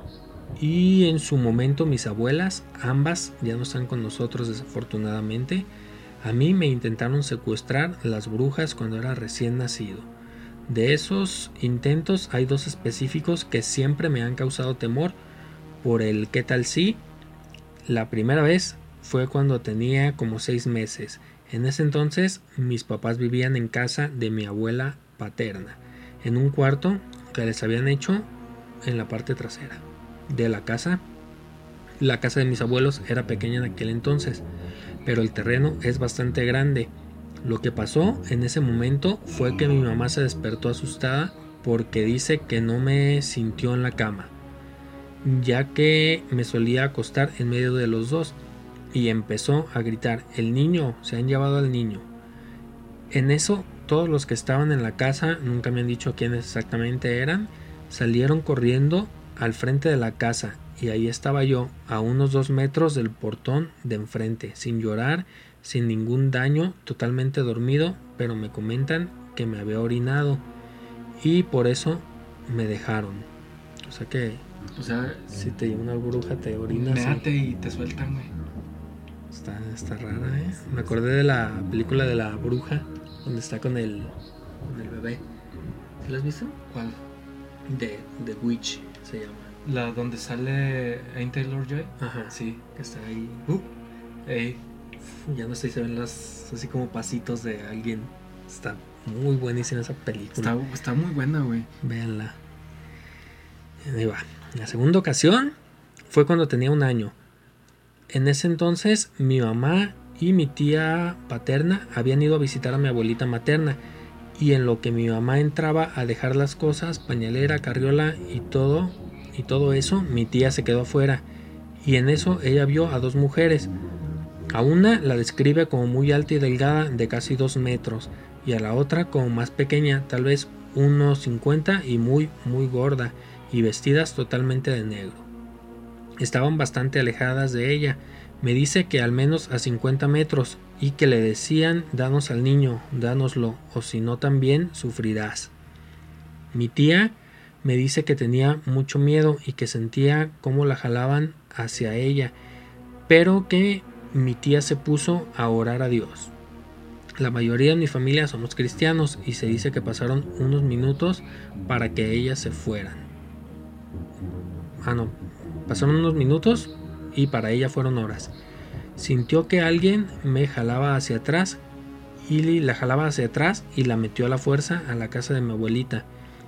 [SPEAKER 4] y en su momento mis abuelas, ambas ya no están con nosotros desafortunadamente. A mí me intentaron secuestrar las brujas cuando era recién nacido. De esos intentos hay dos específicos que siempre me han causado temor por el qué tal si. La primera vez fue cuando tenía como seis meses. En ese entonces mis papás vivían en casa de mi abuela paterna, en un cuarto que les habían hecho en la parte trasera de la casa. La casa de mis abuelos era pequeña en aquel entonces, pero el terreno es bastante grande. Lo que pasó en ese momento fue que mi mamá se despertó asustada porque dice que no me sintió en la cama, ya que me solía acostar en medio de los dos, y empezó a gritar: el niño, se han llevado al niño. En eso todos los que estaban en la casa, nunca me han dicho quiénes exactamente eran, salieron corriendo al frente de la casa, y ahí estaba yo a unos dos metros del portón de enfrente, sin llorar, sin ningún daño, totalmente dormido, pero me comentan que me había orinado y por eso me dejaron. O sea que
[SPEAKER 3] O sea,
[SPEAKER 4] si te lleva una bruja, te orinas.
[SPEAKER 3] Méate y te sueltan, güey.
[SPEAKER 4] Está, está rara, ¿eh? Me acordé de la película de la bruja, donde está con el, con el bebé. ¿Sí la has visto?
[SPEAKER 3] ¿Cuál?
[SPEAKER 4] De The Witch se llama.
[SPEAKER 3] La donde sale Anya Taylor-Joy.
[SPEAKER 4] Ajá.
[SPEAKER 3] Sí.
[SPEAKER 4] Que está ahí.
[SPEAKER 3] Uh, ey.
[SPEAKER 4] Ya no sé, se ven las así como pasitos de alguien. Está muy buenísima esa película.
[SPEAKER 3] Está, está muy buena, güey.
[SPEAKER 4] Véanla. Ahí va. La segunda ocasión fue cuando tenía un año. En ese entonces mi mamá y mi tía paterna habían ido a visitar a mi abuelita materna. Y en lo que mi mamá entraba a dejar las cosas, pañalera, carriola y todo, y todo eso, mi tía se quedó afuera. Y en eso ella vio a dos mujeres. A una la describe como muy alta y delgada, de casi dos metros, y a la otra como más pequeña, tal vez unos cincuenta y muy, muy gorda, y vestidas totalmente de negro. Estaban bastante alejadas de ella. Me dice que al menos a cincuenta metros, y que le decían: danos al niño, dánoslo, o si no también sufrirás. Mi tía me dice que tenía mucho miedo y que sentía cómo la jalaban hacia ella, pero que mi tía se puso a orar a Dios. La mayoría de mi familia somos cristianos y se dice que pasaron unos minutos para que ellas se fueran. Ah, no, pasaron unos minutos y para ella fueron horas. Sintió que alguien me jalaba hacia atrás y la jalaba hacia atrás y la metió a la fuerza a la casa de mi abuelita.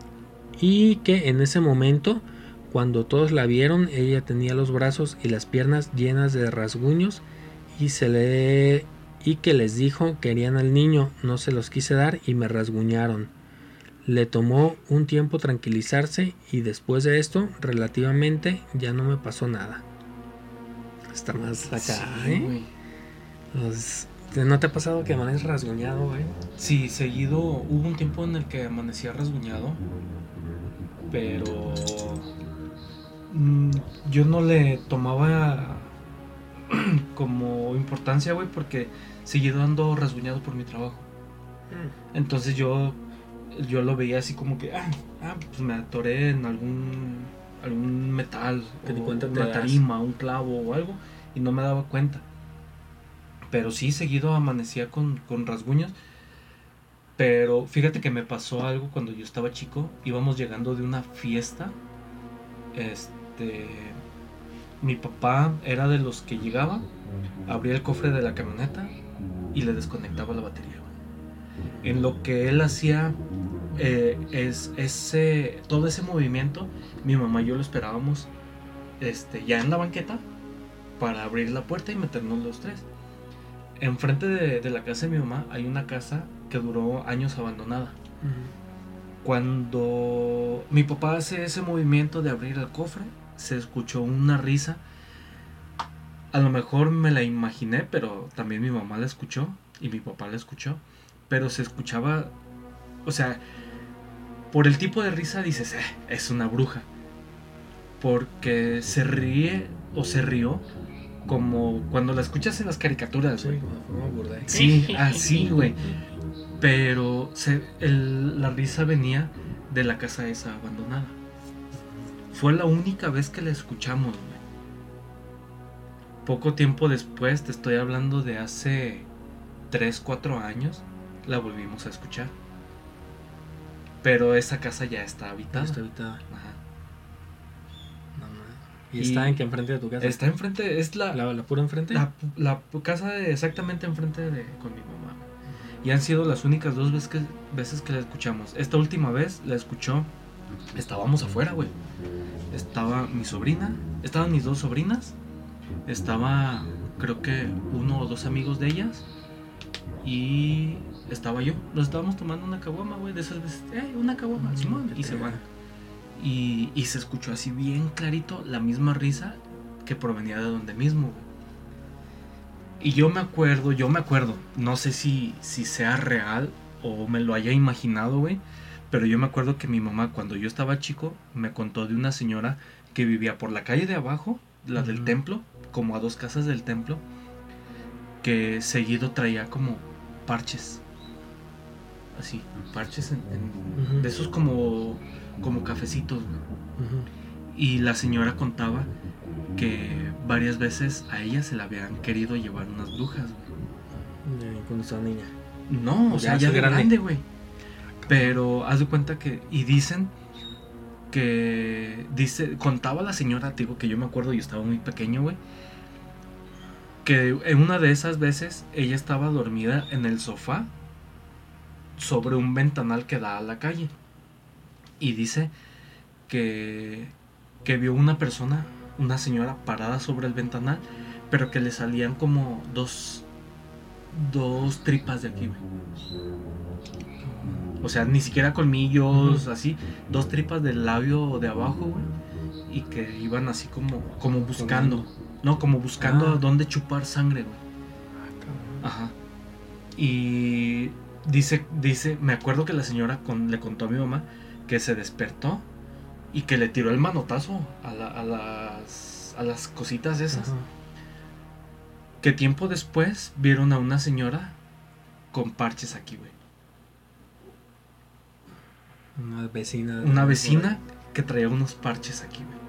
[SPEAKER 4] Y que en ese momento, cuando todos la vieron, ella tenía los brazos y las piernas llenas de rasguños y se le y que les dijo: querían al niño, no se los quise dar y me rasguñaron. Le tomó un tiempo tranquilizarse y después de esto, relativamente, ya no me pasó nada. Está más acá,
[SPEAKER 3] Sí,
[SPEAKER 4] ¿eh?
[SPEAKER 3] güey.
[SPEAKER 4] Los- ¿No te ha pasado que amaneces rasguñado, güey?
[SPEAKER 3] Sí, seguido hubo un tiempo en el que amanecía rasguñado, pero mm, yo no le tomaba como importancia, güey, porque seguido ando rasguñado por mi trabajo. Entonces yo yo lo veía así como que ah, ah pues me atoré en algún algún metal,
[SPEAKER 4] Que ni
[SPEAKER 3] o
[SPEAKER 4] cuenta te
[SPEAKER 3] una
[SPEAKER 4] das.
[SPEAKER 3] tarima, un clavo o algo, y no me daba cuenta. Pero sí, seguido amanecía con, con rasguños. Pero fíjate que me pasó algo cuando yo estaba chico. Íbamos llegando de una fiesta. Este. Mi papá era de los que llegaba, abría el cofre de la camioneta y le desconectaba la batería. En lo que él hacía eh, es ese todo ese movimiento, mi mamá y yo lo esperábamos este, ya en la banqueta para abrir la puerta y meternos los tres. Enfrente de, de la casa de mi mamá hay una casa que duró años abandonada.
[SPEAKER 4] Uh-huh.
[SPEAKER 3] Cuando mi papá hace ese movimiento de abrir el cofre, se escuchó una risa. A lo mejor me la imaginé, pero también mi mamá la escuchó y mi papá la escuchó. Pero se escuchaba, o sea, por el tipo de risa dices, eh, es una bruja. Porque se ríe o se rió como cuando la escuchas en las caricaturas, güey.
[SPEAKER 4] Sí, de forma burda, ¿eh?
[SPEAKER 3] Sí, así, güey. Pero se, el, la risa venía de la casa esa abandonada. Fue la única vez que la escuchamos, güey. Poco tiempo después, te estoy hablando de hace tres, cuatro años, la volvimos a escuchar. Pero esa casa ya está habitada.
[SPEAKER 4] Está habitada.
[SPEAKER 3] Ajá.
[SPEAKER 4] No, no. ¿Y,
[SPEAKER 3] Y
[SPEAKER 4] está en qué enfrente de tu casa?
[SPEAKER 3] Está enfrente, es la,
[SPEAKER 4] ¿La, la pura enfrente?
[SPEAKER 3] la, la casa de- exactamente enfrente de con mi mamá. Y han sido las únicas dos veces que, veces que la escuchamos. Esta última vez la escuchó, estábamos afuera, güey. Estaba mi sobrina, estaban mis dos sobrinas, estaba creo que uno o dos amigos de ellas y estaba yo. Nos estábamos tomando una caguama, güey, de esas veces, eh, una caguama, Simón, y se van. Y, y se escuchó así bien clarito la misma risa que provenía de donde mismo, güey. Y yo me acuerdo, yo me acuerdo, no sé si, si sea real o me lo haya imaginado, güey, pero yo me acuerdo que mi mamá, cuando yo estaba chico, me contó de una señora que vivía por la calle de abajo, la uh-huh. del templo, como a dos casas del templo, que seguido traía como parches, así, parches en, en, uh-huh. de esos como, como cafecitos, güey. Uh-huh. Y la señora contaba que varias veces a ella se la habían querido llevar unas brujas, güey.
[SPEAKER 4] Cuando estaba niña.
[SPEAKER 3] No, o, o sea, ya de grande, grande güey. Pero haz de cuenta que... Y dicen que... dice Contaba la señora, te digo que yo me acuerdo, yo estaba muy pequeño, güey, que en una de esas veces ella estaba dormida en el sofá sobre un ventanal que da a la calle. Y dice que, que vio una persona, una señora parada sobre el ventanal, pero que le salían como dos, dos tripas de aquí, güey. O sea, ni siquiera colmillos, uh-huh. así, dos tripas del labio de abajo, güey. Y que iban así como, como buscando, no, como buscando ah. a dónde chupar sangre, güey. Ajá. Y dice, dice, me acuerdo que la señora con, le contó a mi mamá que se despertó y que le tiró el manotazo a, la, a, las, a las cositas esas. Ajá. Que tiempo después vieron a una señora con parches aquí, güey.
[SPEAKER 4] Una vecina.
[SPEAKER 3] Una vecina que traía unos parches aquí, güey.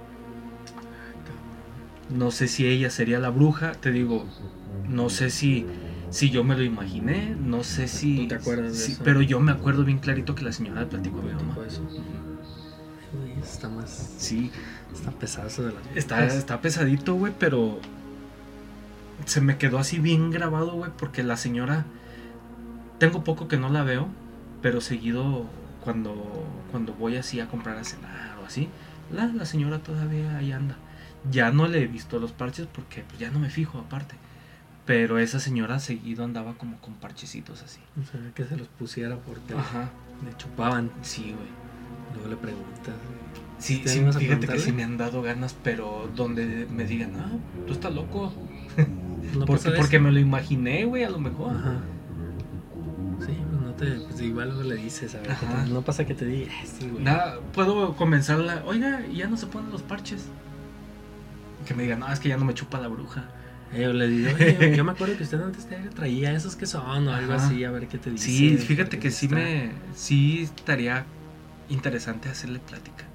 [SPEAKER 3] No sé si ella sería la bruja, te digo, no sé si, si yo me lo imaginé, no sé si...
[SPEAKER 4] ¿Tú te acuerdas
[SPEAKER 3] si,
[SPEAKER 4] de eso?
[SPEAKER 3] Pero yo me acuerdo bien clarito que la señora le platicó a mi mamá.
[SPEAKER 4] Eso. Uy, está más...
[SPEAKER 3] Sí.
[SPEAKER 4] Está pesado eso de la...
[SPEAKER 3] Está, está pesadito, güey, pero... Se me quedó así bien grabado, güey, porque la señora... Tengo poco que no la veo, pero seguido cuando, cuando voy así a comprar a cenar o así, la, la señora todavía ahí anda. Ya no le he visto los parches porque pues, ya no me fijo aparte. Pero esa señora seguido andaba como con parchecitos así.
[SPEAKER 4] O sea, que se los pusiera porque
[SPEAKER 3] Ajá.
[SPEAKER 4] le chupaban.
[SPEAKER 3] Sí, güey.
[SPEAKER 4] Luego le preguntas.
[SPEAKER 3] Sí, sí, fíjate que sí me han dado ganas, pero donde me digan, ah, tú estás loco. No porque, porque me lo imaginé, güey, a lo mejor.
[SPEAKER 4] Ajá. Sí, pues no te, pues igual luego le dices, a ver, te, no pasa que te diga, sí, güey.
[SPEAKER 3] Nada, puedo comenzarla, oiga, ya no se ponen los parches. Que me digan, no, es que ya no me chupa la bruja.
[SPEAKER 4] Eh, yo le digo, oye, yo me acuerdo que usted antes traía esos que son o algo Ajá. así, a ver qué te dice.
[SPEAKER 3] Sí, fíjate que sí está. me, sí estaría interesante hacerle plática.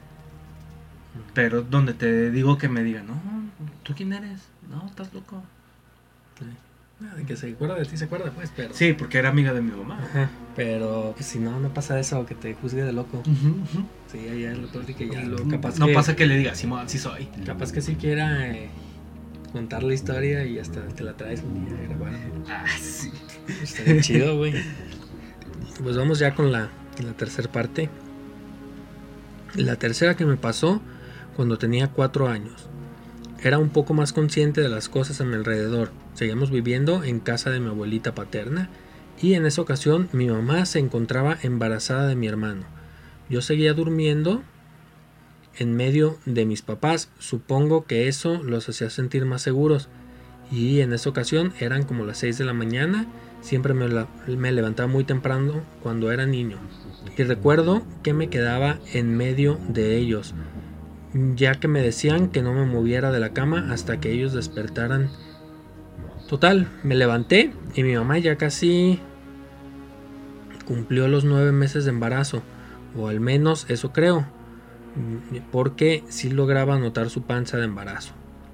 [SPEAKER 3] Pero donde te digo que me digan, no, ¿tú quién eres? No, estás loco.
[SPEAKER 4] Sí. De que se acuerda de ti, se acuerda, pues, pero...
[SPEAKER 3] Sí, porque era amiga de mi mamá.
[SPEAKER 4] Ajá, pero pues, si no, no pasa eso, que te juzgue de loco. Uh-huh, uh-huh. Sí, ya lo que ya lo capaz
[SPEAKER 3] No
[SPEAKER 4] que,
[SPEAKER 3] pasa que le diga, sí, sí soy.
[SPEAKER 4] Capaz que sí quiera eh, contar la historia y hasta te la traes un día a grabar.
[SPEAKER 3] Ah, sí.
[SPEAKER 4] Está chido, güey. Pues vamos ya con la, la tercera parte. La tercera que me pasó cuando tenía cuatro años. Era un poco más consciente de las cosas a mi alrededor. Seguíamos viviendo en casa de mi abuelita paterna y en esa ocasión mi mamá se encontraba embarazada de mi hermano. Yo seguía durmiendo en medio de mis papás. Supongo que eso los hacía sentir más seguros. Y en esa ocasión eran como las seis de la mañana. Siempre me, la, me levantaba muy temprano cuando era niño. Y recuerdo que me quedaba en medio de ellos, ya que me decían que no me moviera de la cama hasta que ellos despertaran. Total, me levanté y mi mamá ya casi cumplió los nueve meses de embarazo, o al menos eso creo, porque sí lograba notar su panza de embarazo.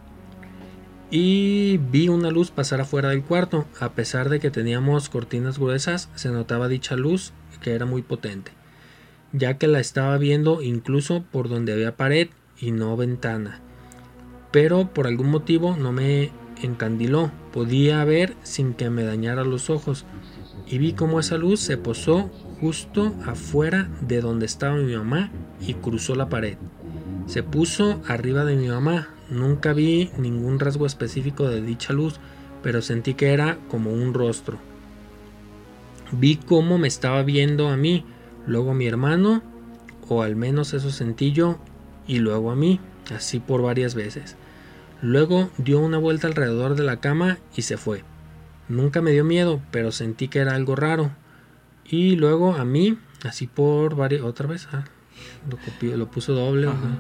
[SPEAKER 4] Y vi una luz pasar afuera del cuarto. A pesar de que teníamos cortinas gruesas, se notaba dicha luz, que era muy potente, ya que la estaba viendo incluso por donde había pared y no ventana. Pero por algún motivo no me encandiló. Podía ver sin que me dañara los ojos, y vi cómo esa luz se posó justo afuera de donde estaba mi mamá y cruzó la pared. Se puso arriba de mi mamá. Nunca vi ningún rasgo específico de dicha luz, pero sentí que era como un rostro. Vi cómo me estaba viendo a mí, luego a mi hermano, o al menos eso sentí yo, y luego a mí, así por varias veces. Luego dio una vuelta alrededor de la cama y se fue. Nunca me dio miedo, pero sentí que era algo raro. Y luego a mí, así por varias... Otra vez, ah, lo, copió, lo puso doble. Ajá.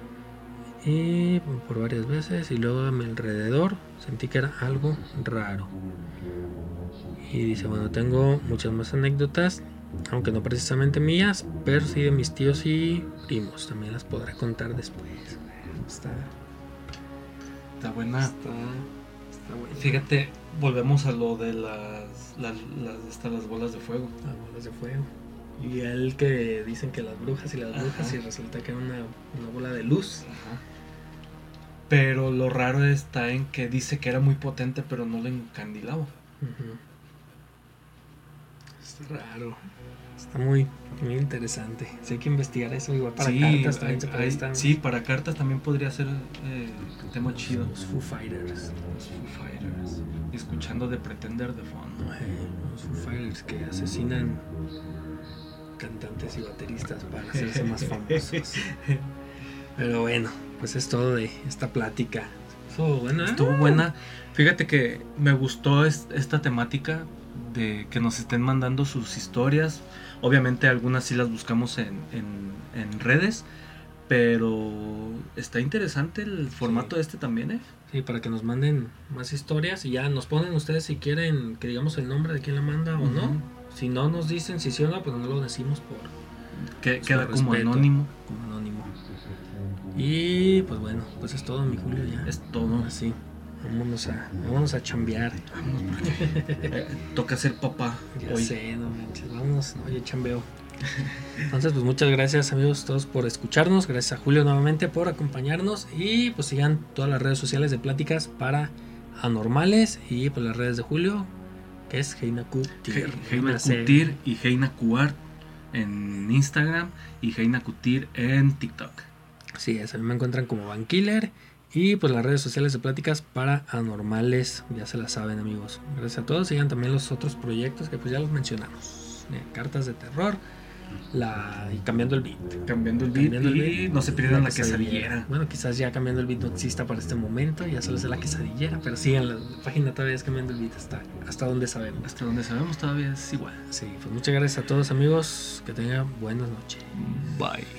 [SPEAKER 4] Y por varias veces, y luego a mi alrededor sentí que era algo raro. Y dice, bueno, tengo muchas más anécdotas. aunque no precisamente mías, pero sí de mis tíos y primos. También las podré contar después. Está,
[SPEAKER 3] Está buena.
[SPEAKER 4] está, está bueno.
[SPEAKER 3] Fíjate, volvemos a lo de las, las, las, estas, las bolas de fuego.
[SPEAKER 4] Las bolas de fuego. Y el que dicen que las brujas y las brujas,
[SPEAKER 3] Ajá.
[SPEAKER 4] y resulta que era una, una bola de luz.
[SPEAKER 3] Ajá. Pero lo raro está en que dice que era muy potente, pero no lo encandilaba.
[SPEAKER 4] Uh-huh. Está raro. Está muy, muy interesante. Sí, hay que investigar eso. Igual para
[SPEAKER 3] sí,
[SPEAKER 4] cartas también
[SPEAKER 3] hay,
[SPEAKER 4] se puede
[SPEAKER 3] hay,
[SPEAKER 4] estar.
[SPEAKER 3] sí, para cartas también podría ser eh, un tema
[SPEAKER 4] los,
[SPEAKER 3] chido.
[SPEAKER 4] Los Foo Fighters.
[SPEAKER 3] Los Foo Fighters. Escuchando de Pretender de fondo.
[SPEAKER 4] Ay, los Foo Fighters que asesinan cantantes y bateristas para hacerse más famosos. Pero bueno, pues es todo de esta plática. Estuvo buena.
[SPEAKER 3] Estuvo buena. Fíjate que me gustó es, esta temática de que nos estén mandando sus historias. Obviamente algunas sí las buscamos en, en, en redes, pero está interesante el formato
[SPEAKER 4] Sí.
[SPEAKER 3] este también, ¿eh?
[SPEAKER 4] Sí, para que nos manden más historias y ya nos ponen ustedes si quieren que digamos el nombre de quién la manda o
[SPEAKER 3] Ujú.
[SPEAKER 4] no. Si no nos dicen si sí o no, pues no lo decimos por
[SPEAKER 3] Que,
[SPEAKER 4] Su
[SPEAKER 3] queda como
[SPEAKER 4] respeto.
[SPEAKER 3] anónimo.
[SPEAKER 4] como anónimo. Y pues bueno, pues es todo, mi Julio, ya.
[SPEAKER 3] Es todo.
[SPEAKER 4] Así. Vámonos a, vámonos a chambear.
[SPEAKER 3] Eh, toca ser papá
[SPEAKER 4] Ya
[SPEAKER 3] hoy.
[SPEAKER 4] sé, no manches, vámonos, no, yo chambeo. Entonces, pues muchas gracias, amigos, todos por escucharnos. Gracias a Julio nuevamente por acompañarnos. Y pues sigan todas las redes sociales de Pláticas para Anormales. Y pues las redes de Julio, que es Heinaku Tir.
[SPEAKER 3] Heina Kutir y Heina Kuart en Instagram y Heina Kutir en TikTok.
[SPEAKER 4] Sí, es, a mí me encuentran como Vankiller. Y pues las redes sociales de Pláticas para Anormales, ya se las saben, amigos. Gracias a todos. Sigan también los otros proyectos que pues ya los mencionamos. Eh, cartas de terror. La, y cambiando el beat.
[SPEAKER 3] Cambiando el beat
[SPEAKER 4] Cambiando el
[SPEAKER 3] y
[SPEAKER 4] beat,
[SPEAKER 3] no se pierdan la quesadillera.
[SPEAKER 4] Bueno, quizás ya cambiando el beat no exista para este momento, ya solo es la quesadillera, pero sí, en la, la página todavía es cambiando el beat hasta, hasta donde sabemos.
[SPEAKER 3] Hasta donde sabemos todavía es igual.
[SPEAKER 4] Sí, pues muchas gracias a todos, amigos, que tengan buenas noches.
[SPEAKER 3] Bye.